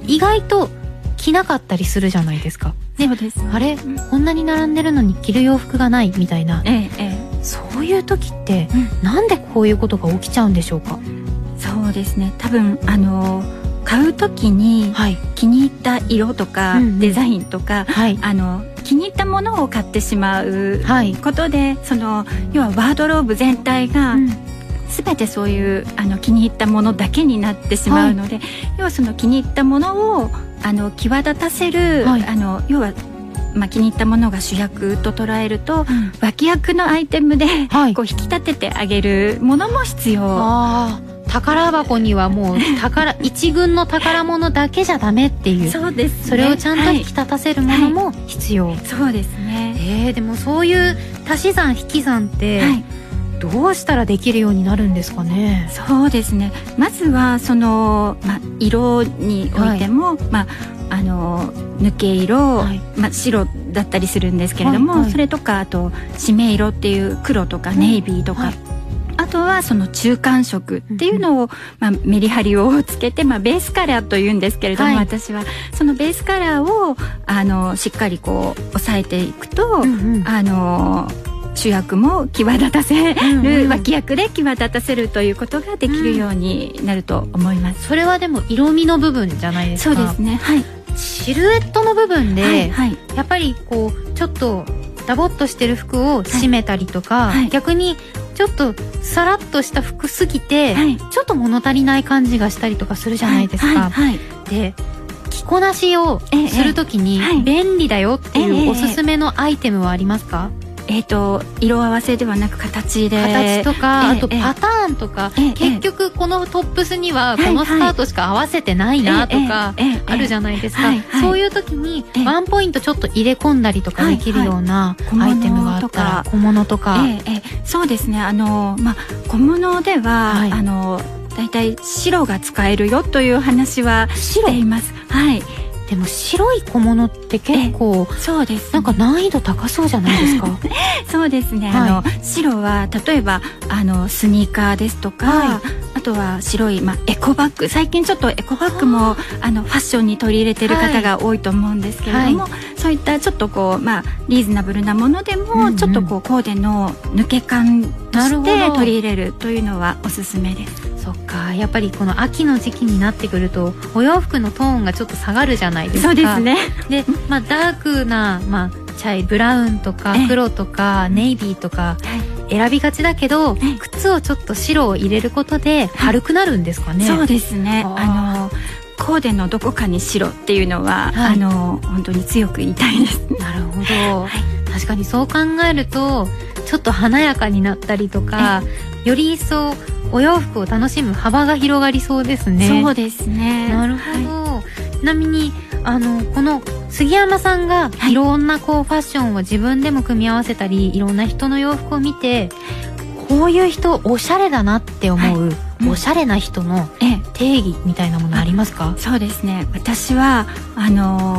意外と着なかったりするじゃないですか。 そうです。 あれ、うん、こんなに並んでるのに着る洋服がないみたいな、 ええ、 そういう時って、うん、なんでこういうことが起きちゃうんでしょうか？ そうですね、多分あの買う時に気に入った色とか、はい、デザインとか、はい、あの気に入ったものを買ってしまうことで、はい、その要はワードローブ全体が、うん、全てそういうあの気に入ったものだけになってしまうので、はい、要はその気に入ったものをあの際立たせる、はい、あの要はまあ、気に入ったものが主役と捉えると、うん、脇役のアイテムで、はい、こう引き立ててあげるものも必要。 あ宝箱にはもう宝一軍の宝物だけじゃダメっていう。 そうですね。 それをちゃんと引き立たせるものも必要、はいはい、 そうですね。 えー、でもそういう足し算引き算って、はい、どうしたらできるようになるんですかね？ そうですね、まずはその、まあ、色においても、はい、まああの抜け色、はい、まあ、白だったりするんですけれども、はいはい、それとかあと締め色っていう黒とかネイビーとか、はい、あとはその中間色っていうのを、うん、まあ、メリハリをつけて、まあ、ベースカラーというんですけれども、はい、私はそのベースカラーをあのしっかりこう抑えていくと、うんうん、あの主役も際立たせる、うんうん、脇役で際立たせるということができるようになると思います、 うん、それはでも色味の部分じゃないですか？ そうですね、はい、 シルエットの部分で、 はいはい、 やっぱりこうちょっとダボっとしてる服を締めたりとか、はいはい、逆にちょっとさらっとした服すぎて、はい、ちょっと物足りない感じがしたりとかするじゃないですか、はいはいはい、で着こなしをするときに便利だよっていうおすすめのアイテムはありますか？ えーと、色合わせではなく形で形とか、えー、あとパターンとか、えー、結局このトップスにはこのスカートしか合わせてないなとかあるじゃないですか、はいはい、そういう時にワンポイントちょっと入れ込んだりとかできるようなアイテムがあったら小物とか、 えーえー、そうですね、あの、まあ、小物では、はい、あのだいたい白が使えるよという話はしています。はい、 でも白い小物って結構そうです、ね、 なんか難易度高そうじゃないですか？ そうですね、はい、あの白は例えばあのスニーカーですとか、はい、あとは白い、まあ、エコバッグ、最近ちょっとエコバッグもあのファッションに取り入れてる方が多いと思うんですけれども、はい、そういったちょっとこう、まあ、リーズナブルなものでも、うんうん、ちょっとこうコーデの抜け感として取り入れるというのはおすすめです。 そっか、やっぱりこの秋の時期になってくるとお洋服のトーンがちょっと下がるじゃないですか。 そうですね。 で、まあ、ダークな、まあ、チャイブラウンとか黒とかネイビーとか選びがちだけど、靴をちょっと白を入れることで軽くなるんですかね？ そうですね、あのコーデのどこかに白っていうのは、はい、あの本当に強く言いたいです。 なるほど、はい、確かにそう考えるとちょっと華やかになったりとか、より一層お洋服を楽しむ幅が広がりそうですね。 そうですね。 なるほど、はい、ちなみにあのこの杉山さんがいろんなこうファッションを自分でも組み合わせたり、いろんな人の洋服を見てこういう人おしゃれだなって思う、はい、うん、おしゃれな人の定義みたいなものありますか？ そうですね、私はあの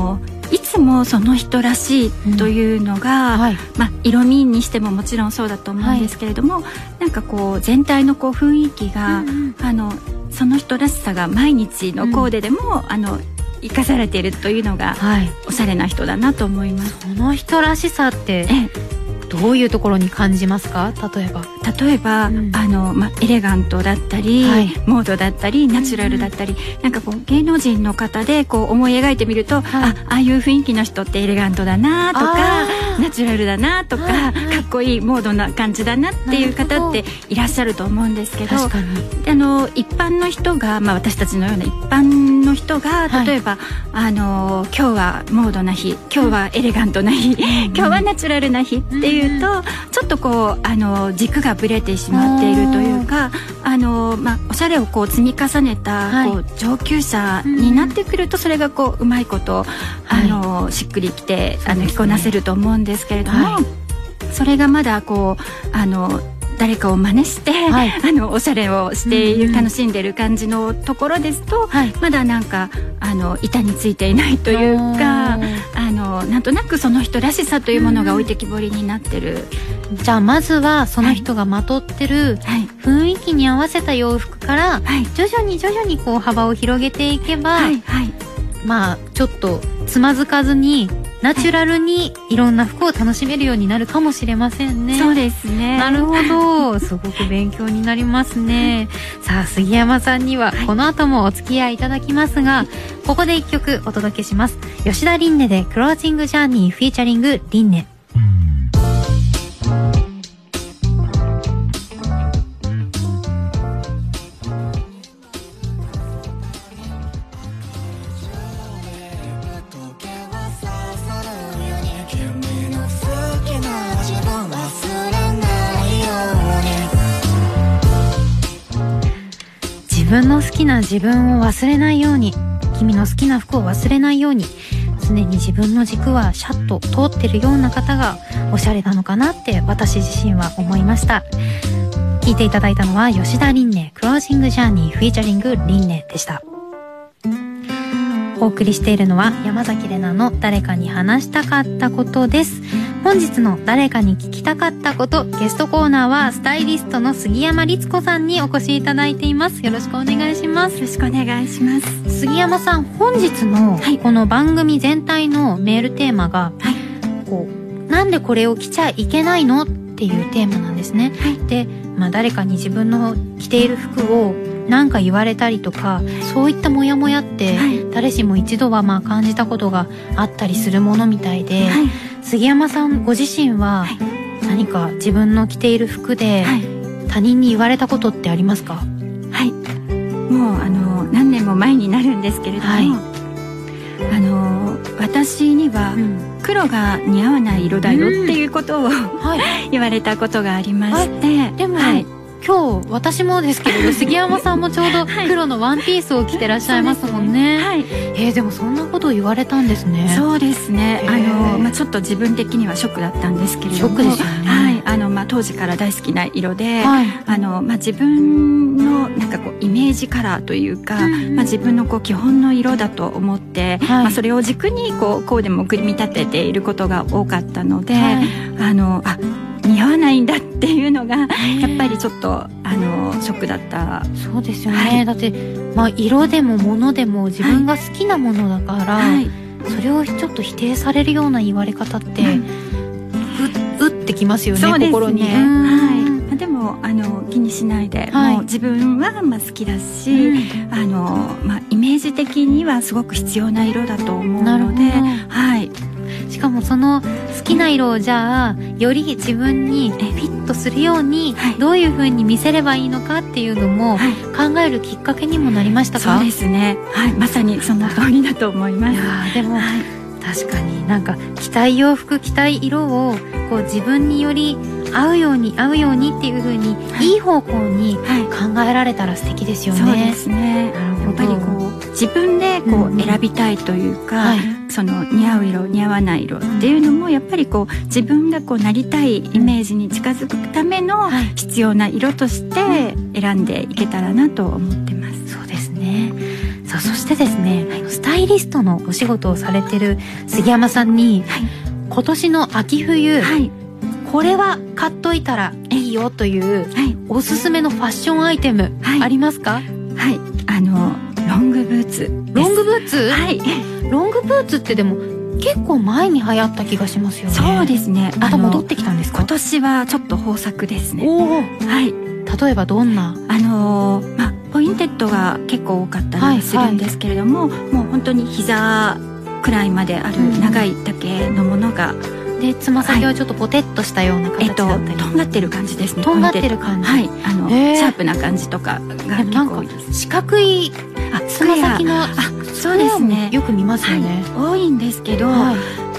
いつもその人らしいというのが、うんはいまあ、色味にしてももちろんそうだと思うんですけれども、はい、なんかこう全体のこう雰囲気が、うんうん、あのその人らしさが毎日のコーデでも、うん、あの生かされているというのが、はい、おしゃれな人だなと思います。 その人らしさってどういうところに感じますか？例えば例えば、うん、あのま、エレガントだったり、はい、モードだったりナチュラルだったり、うん、なんかこう芸能人の方でこう思い描いてみると、はい、あああいう雰囲気の人ってエレガントだなとかナチュラルだなとか、はいはい、かっこいいモードな感じだなっていう方っていらっしゃると思うんですけど、確かにあの一般の人が、まあ、私たちのような一般の人が例えば、はい、あの今日はモードな日、今日はエレガントな日、うん、今日はナチュラルな日っていうと、うん、ちょっとこうあの軸がぶれてしまっているというか、あの、まあ、おしゃれをこう積み重ねた、はい、こう上級者になってくると、それがこううまいこと、はい、あのしっくりきて、あの着こなせると思うんですけれども、はい、それがまだこうあの誰かを真似して、はい、あのおしゃれをしている、うんうん、楽しんでる感じのところですと、はい、まだなんかあの板についていないというか、あのなんとなくその人らしさというものが置いてきぼりになってる。 じゃあまずはその人がまとってる雰囲気に合わせた洋服から、はい、徐々に徐々にこう幅を広げていけば、はいはい、まあちょっとつまずかずにナチュラルにいろんな服を楽しめるようになるかもしれませんね。 そうですね。 なるほど。すごく勉強になりますね。さあ杉山さんにはこの後もお付き合いいただきますが、ここで一曲お届けします。吉田琳寧でクロージングジャーニーフィーチャリング琳寧。自分の好きな自分を忘れないように、君の好きな服を忘れないように、常に自分の軸はシャッと通ってるような方がおしゃれなのかなって私自身は思いました。聞いていただいたのは吉田琳寧クロージングジャーニーフィーチャリング琳寧でした。お送りしているのは山崎怜奈の誰かに話したかったことです。本日の誰かに聞きたかったこと、ゲストコーナーはスタイリストの杉山律子さんにお越しいただいています。よろしくお願いします。 よろしくお願いします。 杉山さん、本日のこの番組全体のメールテーマが、はい、こうなんでこれを着ちゃいけないのっていうテーマなんですね。はい、で、まあ、誰かに自分の着ている服を何か言われたりとか、そういったモヤモヤって誰しも一度はまあ感じたことがあったりするものみたいで、はい、杉山さんご自身は何か自分の着ている服で他人に言われたことってありますか？ はい、もうあの何年も前になるんですけれども、はい、あの私には黒が似合わない色だよっていうことを、うんはい、言われたことがありまして、はい、 でも、はい今日私もですけれど杉山さんもちょうど黒のワンピースを着てらっしゃいますもんね。はい、えー、でもそんなことを言われたんですね。 そうですね。あの、まあ、ちょっと自分的にはショックだったんですけれども、 ショックですよね。 はい、あのまあ、当時から大好きな色で、はい、あのまあ、自分のなんかこうイメージカラーというか、うん、まあ、自分のこう基本の色だと思って、はい、まあ、それを軸にこうコーデも組み立てていることが多かったので、はい、あのあ似合わないんだっていうのがやっぱりちょっとあのショックだった。 そうですよね、はい、だって、まあ、色でも物でも自分が好きなものだから、はい、それをちょっと否定されるような言われ方って、はい、う, うってきますよね。 そうですね、 心に。 はい、でもあの気にしないで、はい、もう自分はまあ好きだし、うん、あのまあ、イメージ的にはすごく必要な色だと思うので、はい、 しかもその好きな色をじゃあより自分にフィットするようにどういう風に見せればいいのかっていうのも考えるきっかけにもなりましたか？ そうですね、はい、まさにその通りだと思います。 いやでも、はい、確かになんか着たい洋服着たい色をこう自分により合うように合うようにっていう風に、はい、いい方向に考えられたら素敵ですよね。 そうですね。やっぱりこう自分でこう選びたいというか、うんはい、その似合う色似合わない色っていうのもやっぱりこう自分がこうなりたいイメージに近づくための必要な色として選んでいけたらなと思ってます。 そうですね。 さあそしてですね、はい、スタイリストのお仕事をされてる杉山さんに、はい、今年の秋冬、はい、これは買っといたらいいよという、はい、おすすめのファッションアイテム、はい、ありますか？ はい、あのロングブーツです。 ロングブーツ？ はい。 ロングブーツってでも結構前に流行った気がしますよね。 そうですね。 また戻ってきたんですか？ 今年はちょっと豊作ですね。 おお。 はい。 例えばどんな？ あのー、まあポインテッドが結構多かったりするんですけれども、はいはい、もう本当に膝くらいまである長い丈のものが、うん、 でつま先はちょっとポテッとしたような形だったり、 えっと、とんがってる感じですね。 とんがってる感じ。 はい。あのシャープな感じとかが結構多いです。 四角いつま先のあそうですね。 よく見ますよね。 はい、多いんですけど、はい、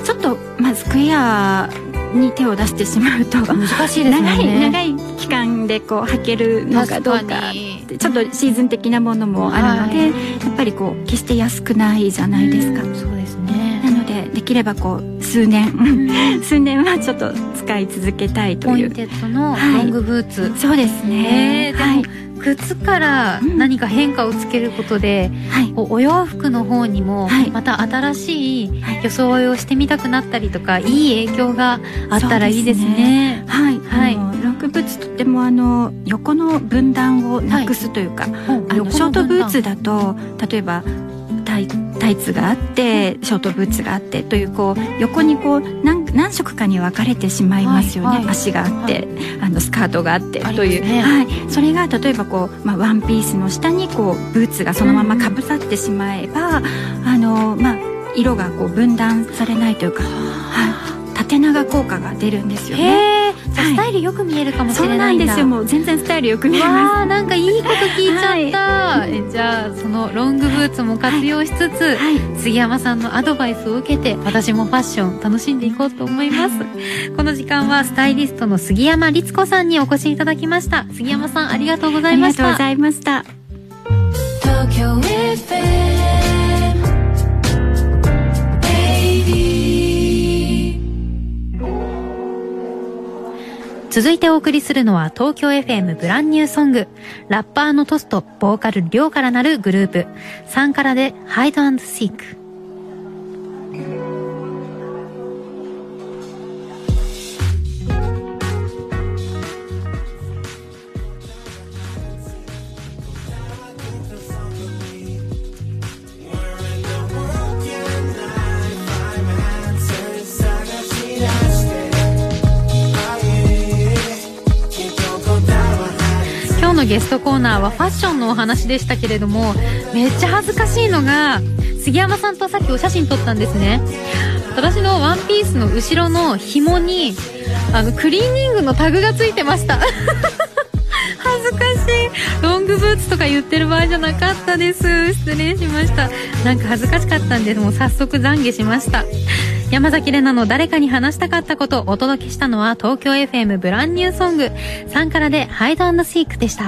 ちょっとまあスクエアに手を出してしまうと難しいですね。 長い長い期間でこう履けるのかどうかちょっとシーズン的なものもあるので、はい、やっぱりこう決して安くないじゃないですか。 うん、そうですね。 なのでできればこう数年、うん、数年はちょっと使い続けたいというポインテッドのロングブーツ、はい、 そうですね。 でも、はい靴から何か変化をつけることで、はい、こうお洋服の方にもまた新しい装いをしてみたくなったりとか、はい、いい影響があったらいいですね。 はい、はい、あのロングブーツとってもあの横の分断をなくすというか、はい、あのショートブーツだと例えばタイ、タイツがあってショートブーツがあってというこう横にこう 何, 何色かに分かれてしまいますよね。はいはい、足があって、はい、あのスカートがあってという、ね、はい、それが例えばこう、まあ、ワンピースの下にこうブーツがそのままかぶさってしまえば、うん、あのまあ、色がこう分断されないというか、はい、縦長効果が出るんですよね。 へー、じゃあスタイルよく見えるかもしれないんだ。 そうなんですよ。もう全然スタイルよく見えます。 わー、なんかいいこと聞いちゃった、はい、えじゃあそのロングブーツも活用しつつ、はいはい、杉山さんのアドバイスを受けて私もファッション楽しんでいこうと思います。この時間はスタイリストの杉山律子さんにお越しいただきました。杉山さんありがとうございました。 ありがとうございました。 東京 エフエム続いてお送りするのは東京 エフエム ブランニューソング、ラッパーのトスとボーカルリョウからなるグループサンカラでハイド&シーク。ゲストコーナーはファッションのお話でしたけれども、めっちゃ恥ずかしいのが杉山さんとさっきお写真撮ったんですね。私のワンピースの後ろの紐にあのクリーニングのタグがついてました恥ずかしい。ロングブーツとか言ってる場合じゃなかったです。失礼しました。なんか恥ずかしかったんで、もう早速懺悔しました。山崎怜奈の誰かに話したかったことをお届けしたのは東京 エフエム ブランニューソングサンカラでハイド&シークでした。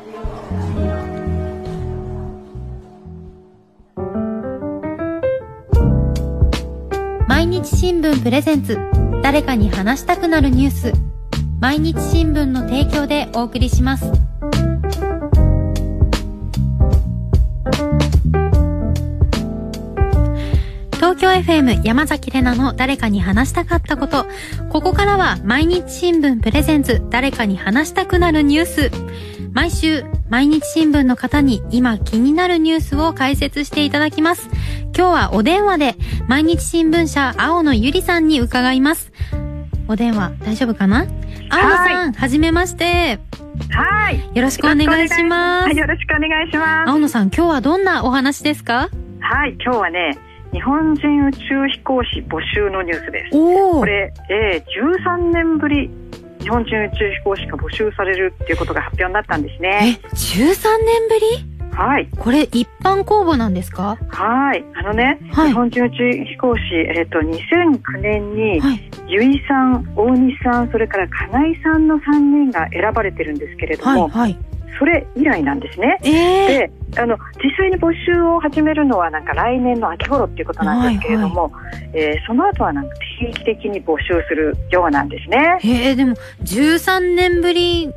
毎日新聞プレゼンツ、誰かに話したくなるニュース、毎日新聞の提供でお送りします。東京 エフエム 山崎怜奈の誰かに話したかったこと。ここからは毎日新聞プレゼンツ、誰かに話したくなるニュース。毎週毎日新聞の方に今気になるニュースを解説していただきます。今日はお電話で毎日新聞社青野ゆりさんに伺います。お電話大丈夫かな？青野さん、はじめまして。 はい。 よろしくお願いします。 はい、よろしくお願いします。 青野さん、今日はどんなお話ですか？ はい、今日はね、日本人宇宙飛行士募集のニュースです。 おー。 これ、えー、じゅうさんねんぶり日本人宇宙飛行士が募集されるっていうことが発表になったんですね。 え、じゅうさんねんぶり？ はい。 これ一般公募なんですか？ はい。あのね、はい、日本人宇宙飛行士、えっと、にせんきゅうねんに、はい、由井さん、大西さん、それから金井さんのさんにんが選ばれてるんですけれども、はいはい、それ以来なんですね。 えー、 で、あの、実際に募集を始めるのはなんか来年の秋頃っていうことなんですけれども、はいはい、えー、その後はなんか定期的に募集するようなんですね。 えー、でもじゅうさんねんぶり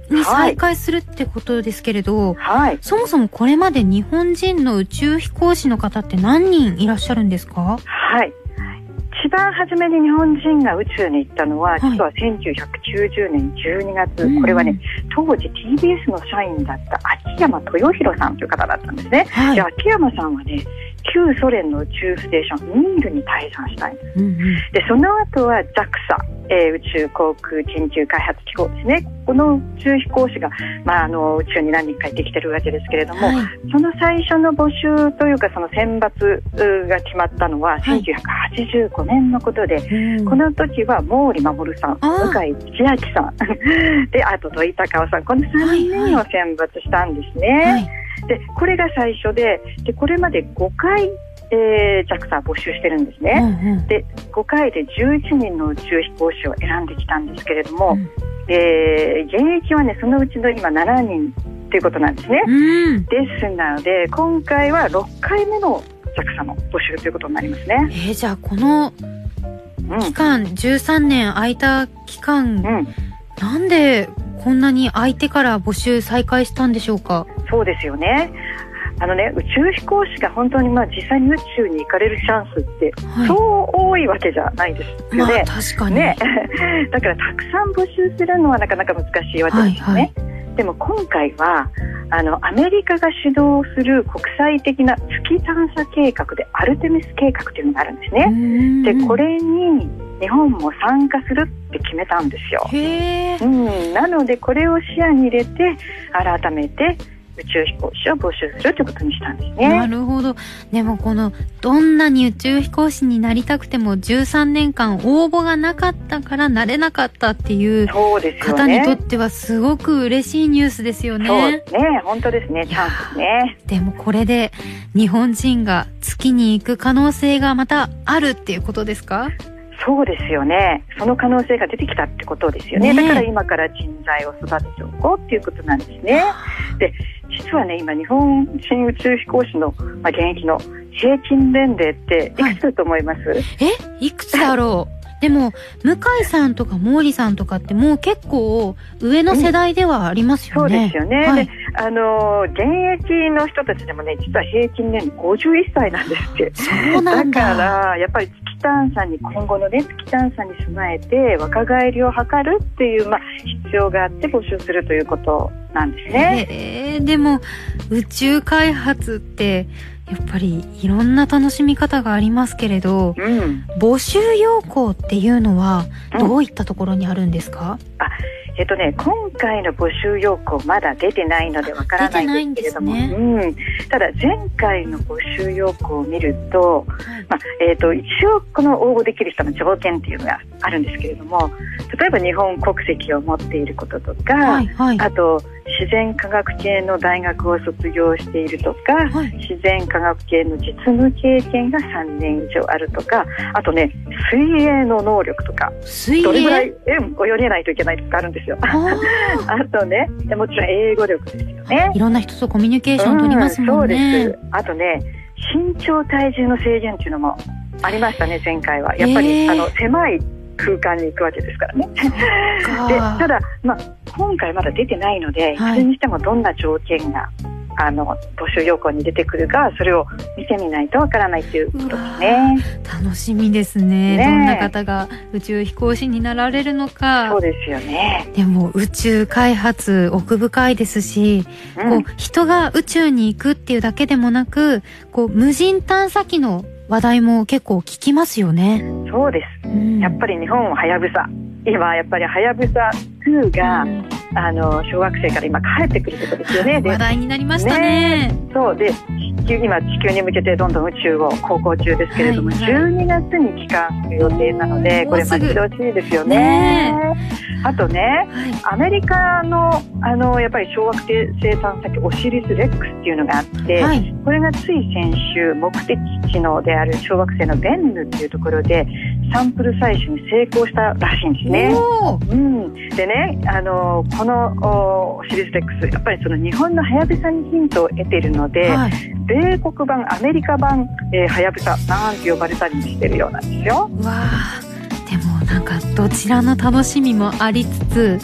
に再開するってことですけれど、 はい、 そもそもこれまで日本人の宇宙飛行士の方って何人いらっしゃるんですか？ はい、一番初めに日本人が宇宙に行ったのは、はい、実はせんきゅうひゃくきゅうじゅうねんじゅうにがつ、うん、これはね当時 ティービーエス の社員だった秋山豊弘さんという方だったんですね、はい、で秋山さんはね旧ソ連の宇宙ステーションミールに滞在したんです、うんうん、でその後は ジャクサ、えー、宇宙航空研究開発機構ですね。この宇宙飛行士が、まあ、あの宇宙に何人か行ってきてるわけですけれども、はい、その最初の募集というかその選抜が決まったのはせんきゅうひゃくはちじゅうごねんのことで、はい、この時は毛利衛さん、向井千秋さんであと土井隆夫さん、このさんにんを選抜したんですね、はいはい、でこれが最初 で, でこれまでごかいえー、ジャクサ 募集してるんですね、うんうん、でごかいでじゅういちにんの宇宙飛行士を選んできたんですけれども、うん、えー、現役はねそのうちの今しちにんということなんですね、うん、ですので今回はろっかいめの ジャクサ の募集ということになりますね。 えー、じゃあこの期間、うん、じゅうさんねん空いた期間、うん、なんでこんなに空いてから募集再開したんでしょうか？ そうですよね。あのね、宇宙飛行士が本当にまあ実際に宇宙に行かれるチャンスってそう多いわけじゃないですよね、 まあ、確かに、 ね、だからたくさん募集するのはなかなか難しいわけですよね、はいはい、でも今回はあのアメリカが主導する国際的な月探査計画でアルテミス計画というのがあるんですね。でこれに日本も参加するって決めたんですよ。 へー、 うん、なのでこれを視野に入れて改めて宇宙飛行士を募集するということにしたんですね。 なるほど。でもこのどんなに宇宙飛行士になりたくてもじゅうさんねんかん応募がなかったからなれなかったっていう方にとってはすごく嬉しいニュースですよね。 そうですね、本当ですね、チャンスですね。 でもこれで日本人が月に行く可能性がまたあるっていうことですか？ そうですよね。その可能性が出てきたってことですよね。ね、だから今から人材を育てておこうっていうことなんですね。で実はね今日本人宇宙飛行士の、まあ、現役の平均年齢っていくつだと思います？はい、 えいくつだろうでも向井さんとか毛利さんとかってもう結構上の世代ではありますよね、 うん、そうですよね、はい、であの現役の人たちでもね実は平均年齢ごじゅういっさいなんですって。 そうなんだ。 だからやっぱり月探査に今後のね月探査に備えて若返りを図るっていう、まあ、必要があって募集するということなんですね。 えー、でも宇宙開発ってやっぱりいろんな楽しみ方がありますけれど、うん、募集要項っていうのはどういったところにあるんですか？うん、あえっとね、今回の募集要項まだ出てないのでわからないんですけれども、ね、うん、ただ前回の募集要項を見ると、はいまあえー、と一応この応募できる人の条件っていうのがあるんですけれども、例えば日本国籍を持っていることとか、はいはい、あと自然科学系の大学を卒業しているとか、はい、自然科学系の実務経験がさんねん以上あるとか、あとね水泳の能力とか水泳どれぐらい泳げないといけないとかあるんですよ。あとねもちろん英語力ですよね。 いろんな人とコミュニケーション取りますもんね、 うん、そうです。あとね身長体重の制限っていうのもありましたね前回は。やっぱり、えー、あの狭い空間に行くわけですからね。でただ、まあ、今回まだ出てないので、はい、いずれにしてもどんな条件があの募集要項に出てくるかそれを見てみないとわからないということですね。 楽しみです ね, ねどんな方が宇宙飛行士になられるのか。 そうですよね。 でも宇宙開発奥深いですし、うん、こう人が宇宙に行くっていうだけでもなくこう無人探査機の話題も結構聞きますよね。 そうです、うん、やっぱり日本ははやぶさ今やっぱりはやぶさにが、うん、あの小学生から今帰ってくるところですよね。 話題になりました ね, ねそうで地球今地球に向けてどんどん宇宙を航行中ですけれども、はいはい、じゅうにがつに帰還する予定なのでこれ待ち遠しいですよ ね, ねあとね、はい、アメリカ の, あのやっぱり小惑星探査機オシリス・レックスっていうのがあって、はい、これがつい先週目的地のである小惑星のベンヌっていうところでサンプル採取に成功したらしいんですね、うん、でねあのこのオシリス・レックスやっぱりその日本のはやぶさにヒントを得ているので、はい、米国版アメリカ版はやぶさなんて呼ばれたりしてるようなんですよ。 わーでもなんかどちらの楽しみもありつつ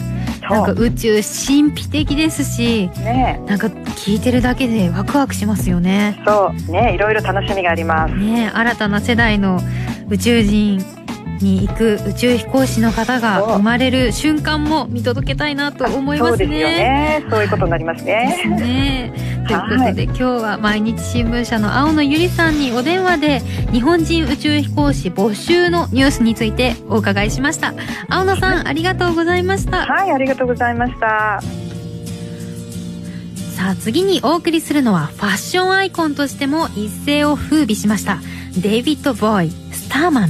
なんか宇宙神秘的ですし、ね、なんか聞いてるだけでワクワクしますよね。 そうね、いろいろ楽しみがありますね。新たな世代の宇宙人に行く宇宙飛行士の方が生まれる瞬間も見届けたいなと思いますね。 そうですよね。そういうことになりますね。 ですね。ということで今日は毎日新聞社の青野ゆりさんにお電話で日本人宇宙飛行士募集のニュースについてお伺いしました。青野さん、ありがとうございました。 はい、ありがとうございました。 さあ次にお送りするのはファッションアイコンとしても一世を風靡しましたデイビッド・ボーイ、スターマン。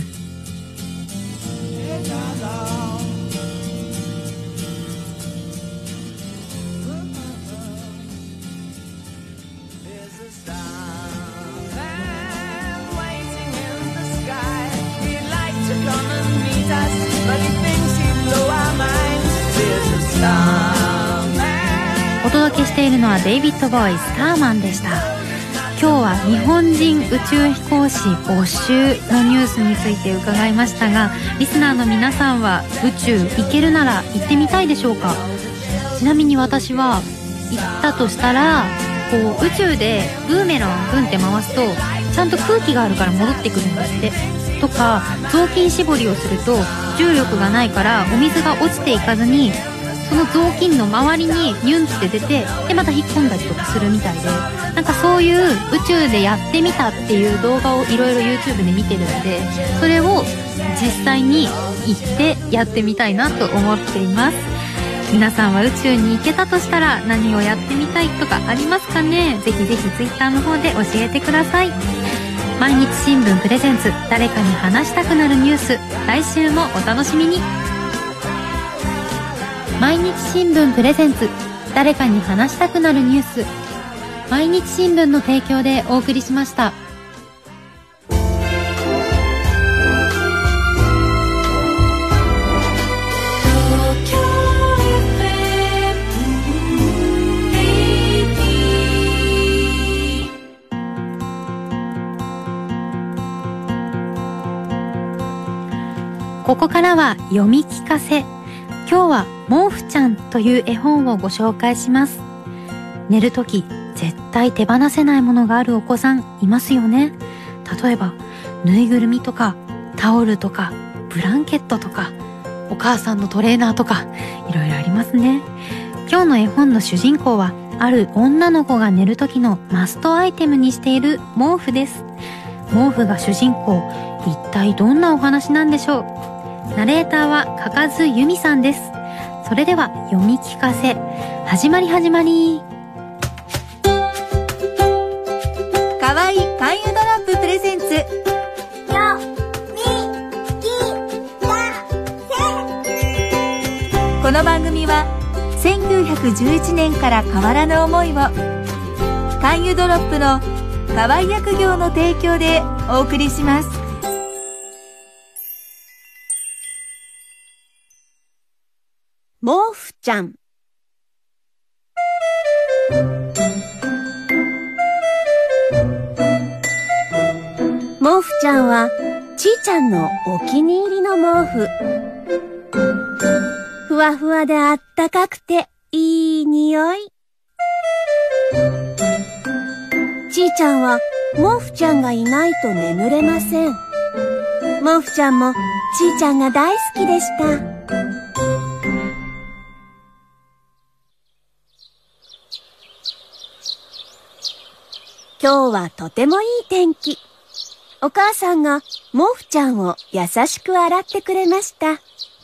お届けしているのはデイビッド・ボーイ、スターマンでした。今日は日本人宇宙飛行士募集のニュースについて伺いましたが、リスナーの皆さんは宇宙行けるなら行ってみたいでしょうか。ちなみに私は行ったとしたら、こう宇宙でブーメランをブンって回すとちゃんと空気があるから戻ってくるんですってとか、雑巾絞りをすると重力がないからお水が落ちていかずにその雑巾の周りにニュンって出て、でまた引っ込んだりとかするみたいで、なんかそういう宇宙でやってみたっていう動画をいろいろ YouTube で見てるので、それを実際に行ってやってみたいなと思っています。皆さんは宇宙に行けたとしたら何をやってみたいとかありますかね。ぜひぜひ Twitter の方で教えてください。毎日新聞プレゼンツ、誰かに話したくなるニュース、来週もお楽しみに。毎日新聞プレゼンツ、誰かに話したくなるニュース、毎日新聞の提供でお送りしました。ここからは読み聞かせ。今日は毛布ちゃんという絵本をご紹介します。寝るとき絶対手放せないものがあるお子さんいますよね。例えばぬいぐるみとかタオルとかブランケットとかお母さんのトレーナーとかいろいろありますね。今日の絵本の主人公はある女の子が寝る時のマストアイテムにしている毛布です。毛布が主人公、一体どんなお話なんでしょう。ナレーターはかかずゆみさんです。それでは読み聞かせ始まり始まり。 かわいい勧誘ドロッププレゼンツ、よみきかせ。この番組はせんきゅうひゃくじゅういちねんから変わらぬ思いを勧誘ドロップの河合薬業の提供でお送りします。毛布ちゃん。毛布ちゃんはちーちゃんのお気に入りの毛布。ふわふわであったかくていい匂い。ちーちゃんは毛布ちゃんがいないと眠れません。毛布ちゃんもちーちゃんが大好きでした。今日はとてもいい天気。お母さんが毛布ちゃんを優しく洗ってくれました。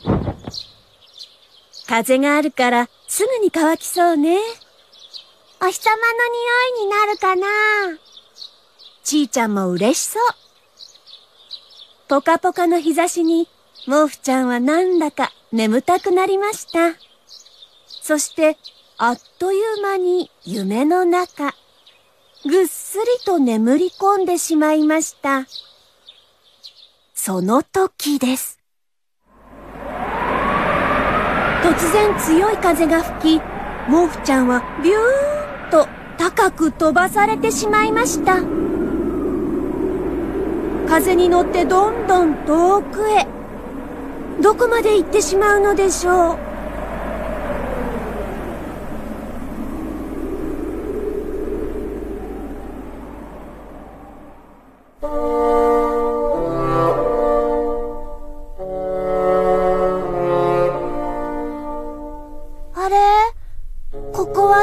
風があるからすぐに乾きそうね。お日様の匂いになるかな。ちーちゃんも嬉しそう。ポカポカの日差しに毛布ちゃんはなんだか眠たくなりました。そしてあっという間に夢の中。ぐっすりと眠り込んでしまいました。その時です。突然強い風が吹き、毛布ちゃんはビューンと高く飛ばされてしまいました。風に乗ってどんどん遠くへ。どこまで行ってしまうのでしょう。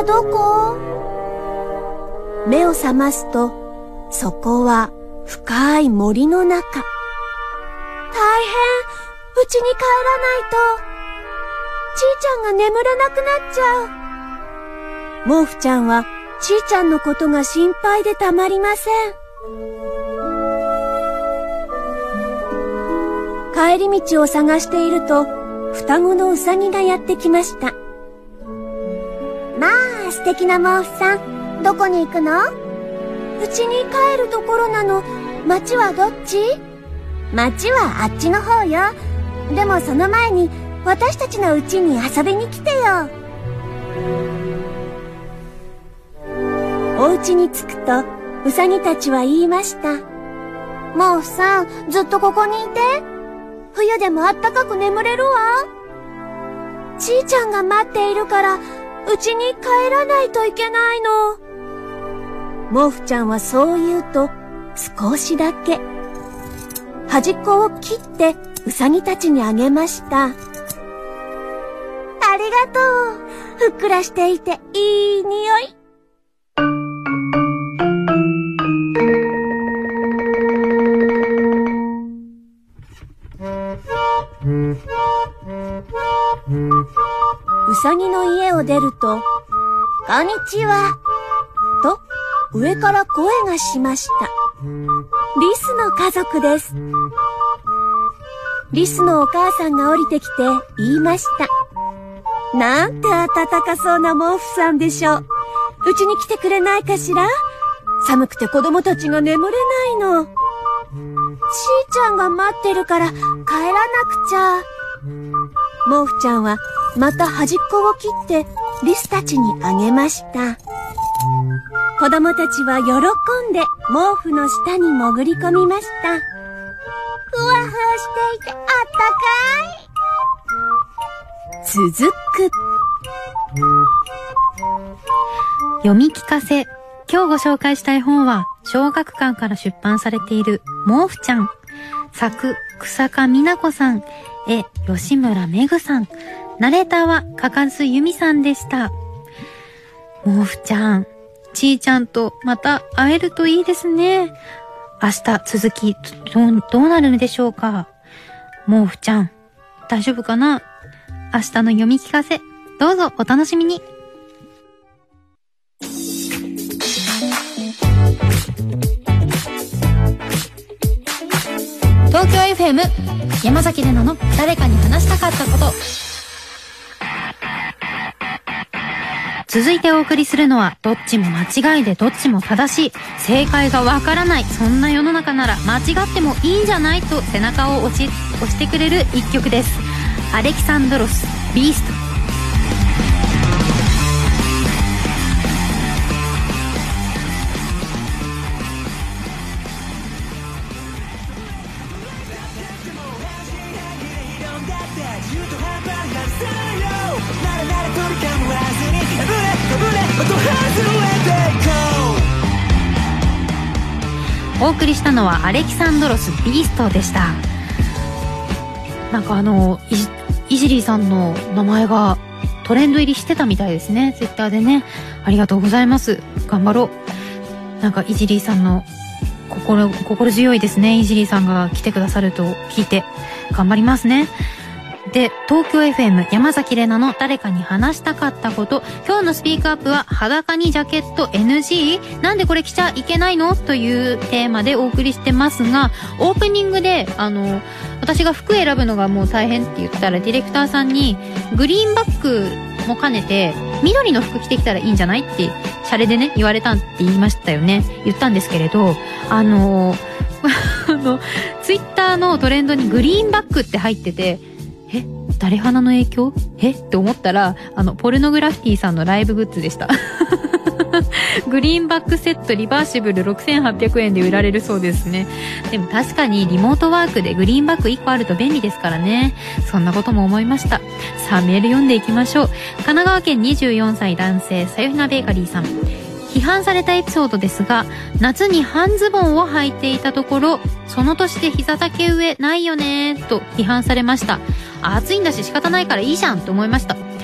どこ？目を覚ますと、そこは深い森の中。大変、うちに帰らないと。ちーちゃんが眠れなくなっちゃう。毛布ちゃんはちーちゃんのことが心配でたまりません。帰り道を探していると、双子のうさぎがやってきました。まあ、素敵な毛布さん、どこに行くの？うちに帰るところなの。町はどっち？町はあっちの方よ。でもその前に、私たちの家に遊びに来てよ。お家に着くと、うさぎたちは言いました。毛布さん、ずっとここにいて。冬でもあったかく眠れるわ。ちーちゃんが待っているから、うちに帰らないといけないの。毛布ちゃんはそう言うと、少しだけ、端っこを切って、うさぎたちにあげました。ありがとう。ふっくらしていていい匂い。うさぎの家を出ると、こんにちは。と、上から声がしました。リスの家族です。リスのお母さんが降りてきて言いました。なんて暖かそうな毛布さんでしょう。うちに来てくれないかしら？寒くて子供たちが眠れないの。ちーちゃんが待ってるから帰らなくちゃ。毛布ちゃんはまた端っこを切ってリスたちにあげました。子供たちは喜んで毛布の下に潜り込みました。ふわふわしていてあったかい。続く。 読み聞かせ。今日ご紹介したい本は小学館から出版されている毛布ちゃん。作、草加美奈子さん。絵、吉村めぐさん。ナレーターはかかずゆみさんでした。毛布ちゃん、ちーちゃんとまた会えるといいですね。明日続きどう、どうなるのでしょうか。毛布ちゃん、大丈夫かな。明日の読み聞かせ、どうぞお楽しみに。東京 エフエム 山崎怜奈の誰かに話したかったこと。続いてお送りするのは、どっちも間違いでどっちも正しい、正解がわからない、そんな世の中なら間違ってもいいんじゃないと背中を押し押してくれる一曲です。アレキサンドロス、ビースト。お送りしたのはアレキサンドロスビーストでした。なんかあのいイジリーさんの名前がトレンド入りしてたみたいですね、ツイッターでね。ありがとうございます。頑張ろう。なんかイジリーさんの心心強いですね。イジリーさんが来てくださると聞いて頑張りますね。で、東京 エフエム 山崎怜奈の誰かに話したかったこと。今日のスピークアップは裸にジャケット エヌジー？ なんでこれ着ちゃいけないの？というテーマでお送りしてますが、オープニングであの私が服選ぶのがもう大変って言ったら、ディレクターさんにグリーンバックも兼ねて緑の服着てきたらいいんじゃないってシャレでね言われたんって言いましたよね。言ったんですけれど、あのあのツイッターのトレンドにグリーンバックって入ってて、え、誰花の影響？えって思ったら、あのポルノグラフィティさんのライブグッズでした。グリーンバックセットリバーシブルろくせんはっぴゃくえんで売られるそうですね。でも確かにリモートワークでグリーンバックいっこあると便利ですからね。そんなことも思いました。さあメール読んでいきましょう。神奈川県にじゅうよんさい男性、さよひなベーカリーさん。批判されたエピソードですが、夏に半ズボンを履いていたところ、その年で膝丈上ないよねと批判されました。暑いんだし仕方ないからいいじゃんと思いました。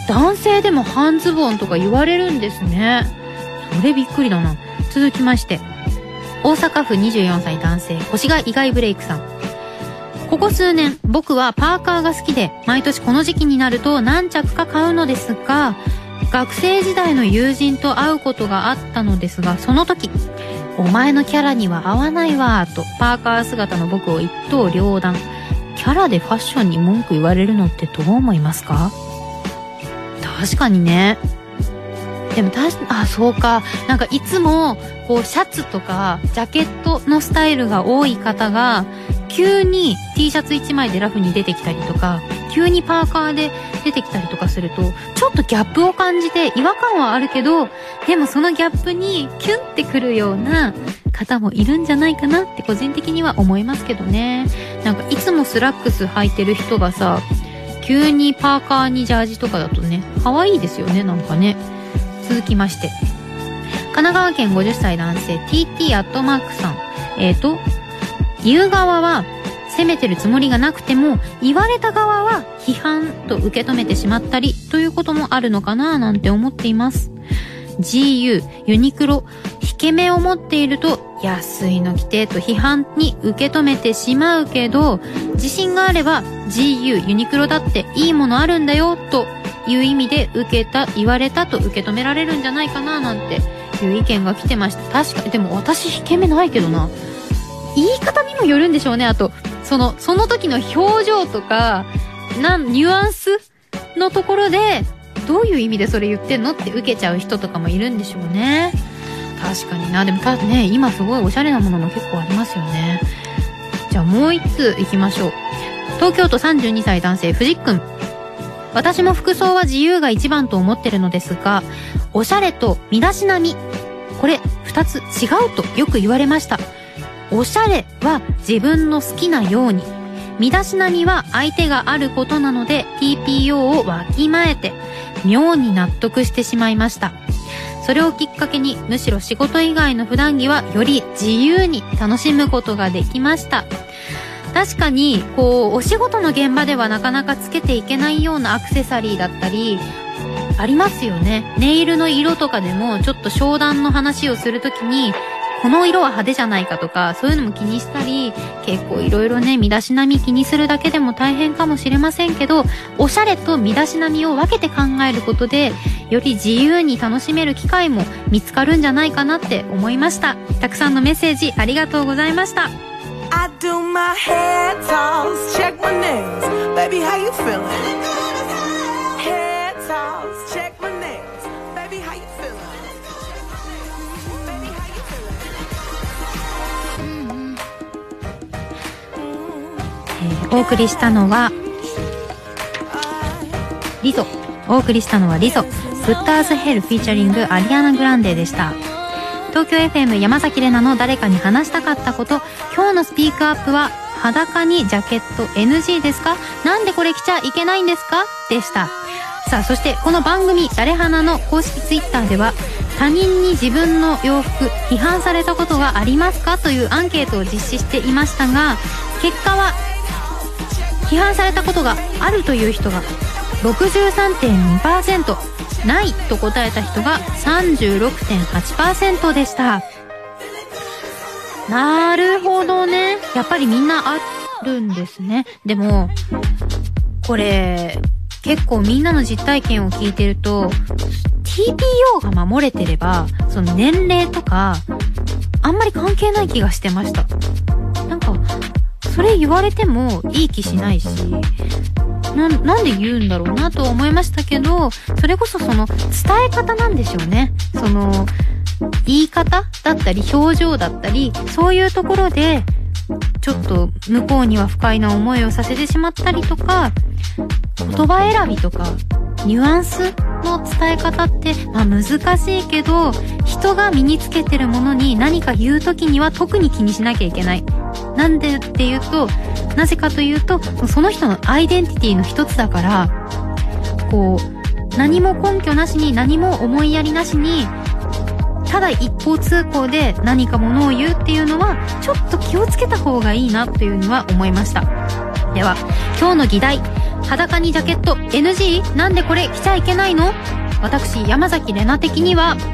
男性でも半ズボンとか言われるんですね。それびっくりだな。続きまして、大阪府にじゅうよんさい男性、腰が意外ブレイクさん。ここ数年僕はパーカーが好きで、毎年この時期になると何着か買うのですが、学生時代の友人と会うことがあったのですが、その時お前のキャラには合わないわとパーカー姿の僕を一刀両断。キャラでファッションに文句言われるのってどう思いますか？確かにね。でもたしあそうか、なんかいつもこうシャツとかジャケットのスタイルが多い方が急に T シャツいちまいでラフに出てきたりとか、急にパーカーで出てきたりとかすると、ちょっとギャップを感じて違和感はあるけど、でもそのギャップにキュンってくるような方もいるんじゃないかなって個人的には思いますけどね。なんかいつもスラックス履いてる人がさ、急にパーカーにジャージとかだとね、可愛いですよね、なんかね。続きまして、神奈川県ごじゅっさい男性 ティーティー アットマークさん。えーと言う側は責めてるつもりがなくても、言われた側は批判と受け止めてしまったりということもあるのかななんて思っています。 ジーユー ユニクロ引け目を持っていると安いの着てと批判に受け止めてしまうけど、自信があれば ジーユー ユニクロだっていいものあるんだよという意味で受けた言われたと受け止められるんじゃないかななんていう意見が来てました。確かに。でも私引け目ないけどな。言い方にもよるんでしょうね。あとそのその時の表情とかなんニュアンスのところでどういう意味でそれ言ってんのって受けちゃう人とかもいるんでしょうね。確かにな。でもたね、今すごいおしゃれなものも結構ありますよね。じゃあもう一つ行きましょう。東京都さんじゅうにさい男性藤くん。私も服装は自由が一番と思ってるのですが、おしゃれと身だしなみ、これ二つ違うとよく言われました。おしゃれは自分の好きなように、身だしなみは相手があることなので ティーピーオー をわきまえて妙に納得してしまいました。それをきっかけにむしろ仕事以外の普段着はより自由に楽しむことができました。確かにこうお仕事の現場ではなかなかつけていけないようなアクセサリーだったりありますよね。ネイルの色とかでもちょっと商談の話をするときにこの色は派手じゃないかとか、そういうのも気にしたり、結構いろいろね、身だしなみ気にするだけでも大変かもしれませんけど、おしゃれと身だしなみを分けて考えることでより自由に楽しめる機会も見つかるんじゃないかなって思いました。たくさんのメッセージありがとうございました。 I do my head toss, check my nails, baby how you feeling? Head toss, check my nails, baby how you feeling? Baby how you feeling? えー、お送りしたのはリゾお送りしたのはリゾブッターズヘルフィーチャリングアリアナグランデでした。東京 エフエム 山崎怜奈の誰かに話したかったこと。今日のスピークアップは裸にジャケット エヌジー ですか？なんでこれ着ちゃいけないんですか？でした。さあ、そしてこの番組誰花の公式ツイッターでは他人に自分の洋服批判されたことがありますかというアンケートを実施していましたが、結果は批判されたことがあるという人が ろくじゅうさんてんにパーセント、ないと答えた人が さんじゅうろくてんはちパーセント でした。なるほどね。やっぱりみんなあるんですね。でもこれ結構みんなの実体験を聞いてると ティーピーオー が守れてればその年齢とかあんまり関係ない気がしてました。なんかそれ言われてもいい気しないし、な, なんで言うんだろうなと思いましたけど、それこそその伝え方なんでしょうね。その言い方だったり表情だったり、そういうところでちょっと向こうには不快な思いをさせてしまったりとか、言葉選びとかニュアンスの伝え方って、まあ、難しいけど人が身につけてるものに何か言うときには特に気にしなきゃいけない。なんでっていうと、なぜかというとその人のアイデンティティの一つだから、こう何も根拠なしに何も思いやりなしにただ一方通行で何かものを言うっていうのはちょっと気をつけた方がいいなというのは思いました。では今日の議題、 裸にジャケット エヌジー？ なんでこれ着ちゃいけないの？私山崎怜奈的にはう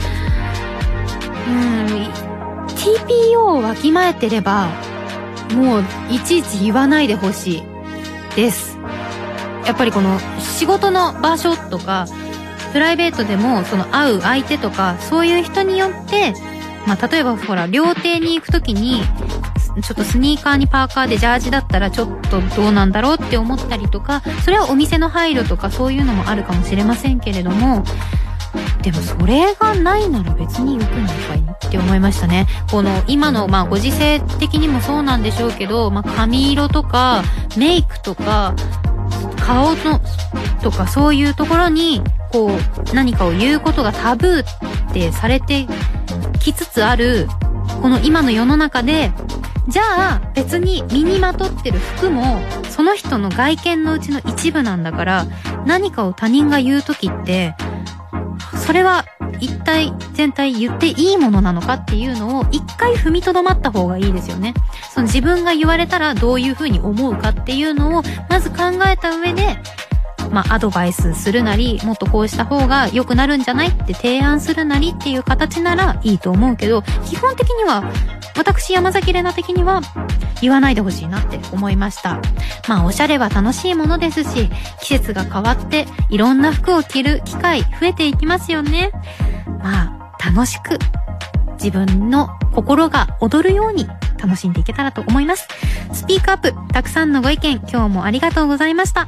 ーん ティーピーオー をわきまえてればもういちいち言わないでほしいです。やっぱりこの仕事の場所とかプライベートでもその会う相手とかそういう人によって、まあ例えばほら料亭に行くときにちょっとスニーカーにパーカーでジャージだったらちょっとどうなんだろうって思ったりとか、それはお店の配慮とかそういうのもあるかもしれませんけれども、でもそれがないなら別によくないかいって思いましたね。この今のまあご時世的にもそうなんでしょうけど、まあ髪色とかメイクとか顔のとかそういうところにこう何かを言うことがタブーってされてきつつあるこの今の世の中で、じゃあ別に身にまとってる服もその人の外見のうちの一部なんだから、何かを他人が言うときってそれは一体全体言っていいものなのかっていうのを一回踏みとどまった方がいいですよね。その自分が言われたらどういうふうに思うかっていうのをまず考えた上で、まあアドバイスするなり、もっとこうした方が良くなるんじゃないって提案するなりっていう形ならいいと思うけど、基本的には私山崎怜奈的には言わないでほしいなって思いました。まあおしゃれは楽しいものですし、季節が変わっていろんな服を着る機会増えていきますよね。まあ楽しく自分の心が踊るように楽しんでいけたらと思います。スピークアップ、たくさんのご意見今日もありがとうございました。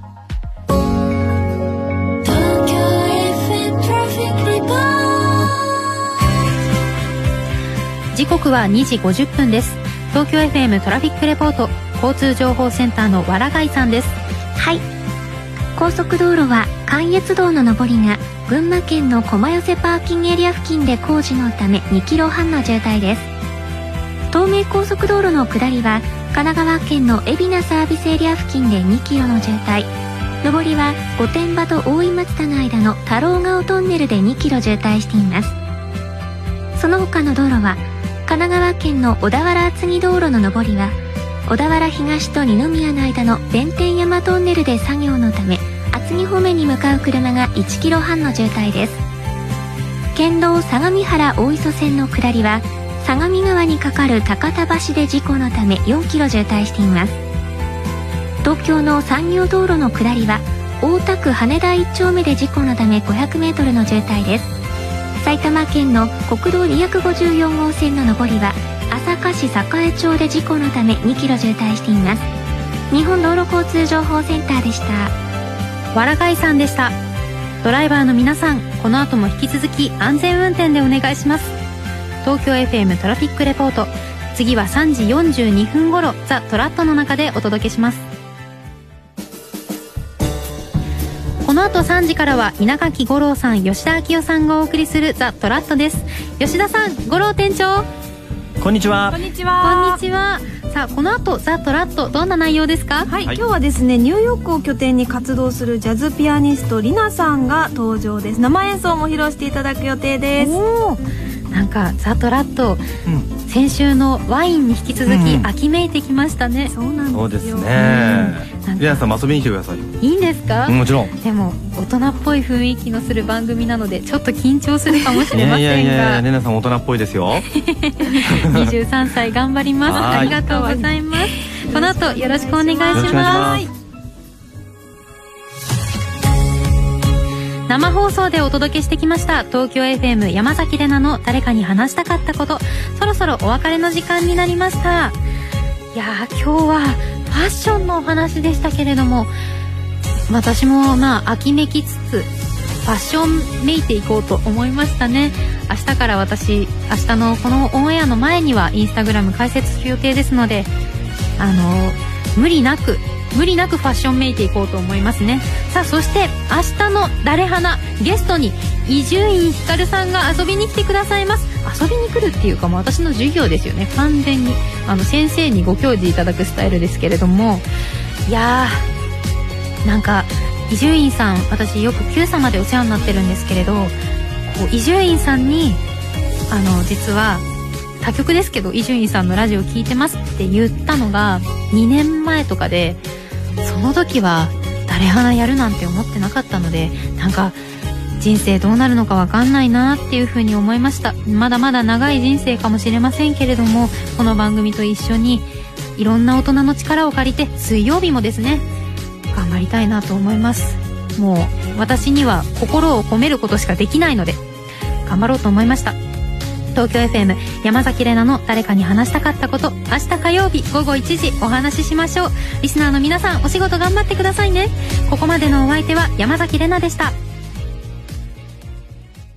時刻はにじごじゅっぷんです。東京 エフエム トラフィックレポート、交通情報センターのわらがいさんです。 はい、高速道路は関越道の上りが群馬県の駒寄パーキングエリア付近で工事のためにキロはんの渋滞です。東名高速道路の下りは神奈川県の海老名サービスエリア付近でにキロの渋滞、上りは御殿場と大井松田の間の太郎ヶ尾トンネルでにキロ渋滞しています。その他の道路は神奈川県の小田原厚木道路の上りは小田原東と二宮の間の弁天山トンネルで作業のため厚木方面に向かう車がいちキロはんの渋滞です。県道相模原大磯線の下りは相模川に架かる高田橋で事故のためよんキロ渋滞しています。東京の産業道路の下りは大田区羽田いち丁目で事故のためごひゃくメートルの渋滞です。埼玉県の国道にひゃくごじゅうよん号線の上りは朝霞市栄町で事故のためにキロ渋滞しています。日本道路交通情報センターでした。 わらがいさんでした。ドライバーの皆さん、この後も引き続き安全運転でお願いします。東京 エフエム トラフィックレポート、次はさんじよんじゅうにふん頃ザ・トラットの中でお届けします。この後さんじからは稲垣吾郎さん、吉田明夫さんがお送りするザ・トラットです。吉田さん、吾郎店長、 こんにちは。 こんにちは。こんにちは。さあこの後ザ・トラット、どんな内容ですか？ はい、はい、今日はですねニューヨークを拠点に活動するジャズピアニストりなさんが登場です。生演奏も披露していただく予定です。 おー、なんかザ・トラット、うん、先週のワインに引き続き、うん、秋めいてきましたね。 そうなんですよ。 そうですね。りなさんも遊びに来てくださいよ。 いいんですか？ もちろん。 でも大人っぽい雰囲気のする番組なのでちょっと緊張するかもしれませんが。いやいやいや、 りなさん大人っぽいですよ。 にじゅうさんさい頑張ります。ありがとうございます。この後よろしくお願いします。生放送でお届けしてきました東京 エフエム 山崎怜奈の誰かに話したかったこと、そろそろお別れの時間になりました。いやー、今日はファッションのお話でしたけれども、私もまあ秋めきつつファッションめいていこうと思いましたね。明日から私、明日のこのオンエアの前にはインスタグラム開設する予定ですので、あの無理なく無理なくファッションめいていこうと思いますね。さあ、そして明日の誰花ゲストに伊集院光さんが遊びに来てくださいます。遊びに来るっていうか、もう私の授業ですよね。完全にあの先生にご教示いただくスタイルですけれども、いやー、なんか伊集院さん、私よく Q 様でお世話になってるんですけれど、こう伊集院さんにあの実は他局ですけど伊集院さんのラジオ聞いてますって言ったのがにねんまえとかで、その時は誰枯葉やるなんて思ってなかったので、なんか人生どうなるのかわかんないなっていうふうに思いました。まだまだ長い人生かもしれませんけれども、この番組と一緒にいろんな大人の力を借りて水曜日もですね頑張りたいなと思います。もう私には心を込めることしかできないので頑張ろうと思いました。東京 エフエム 山崎怜奈の誰かに話したかったこと、明日火曜日ごごいちじお話ししましょう。リスナーの皆さんお仕事頑張ってくださいね。ここまでのお相手は山崎怜奈でした。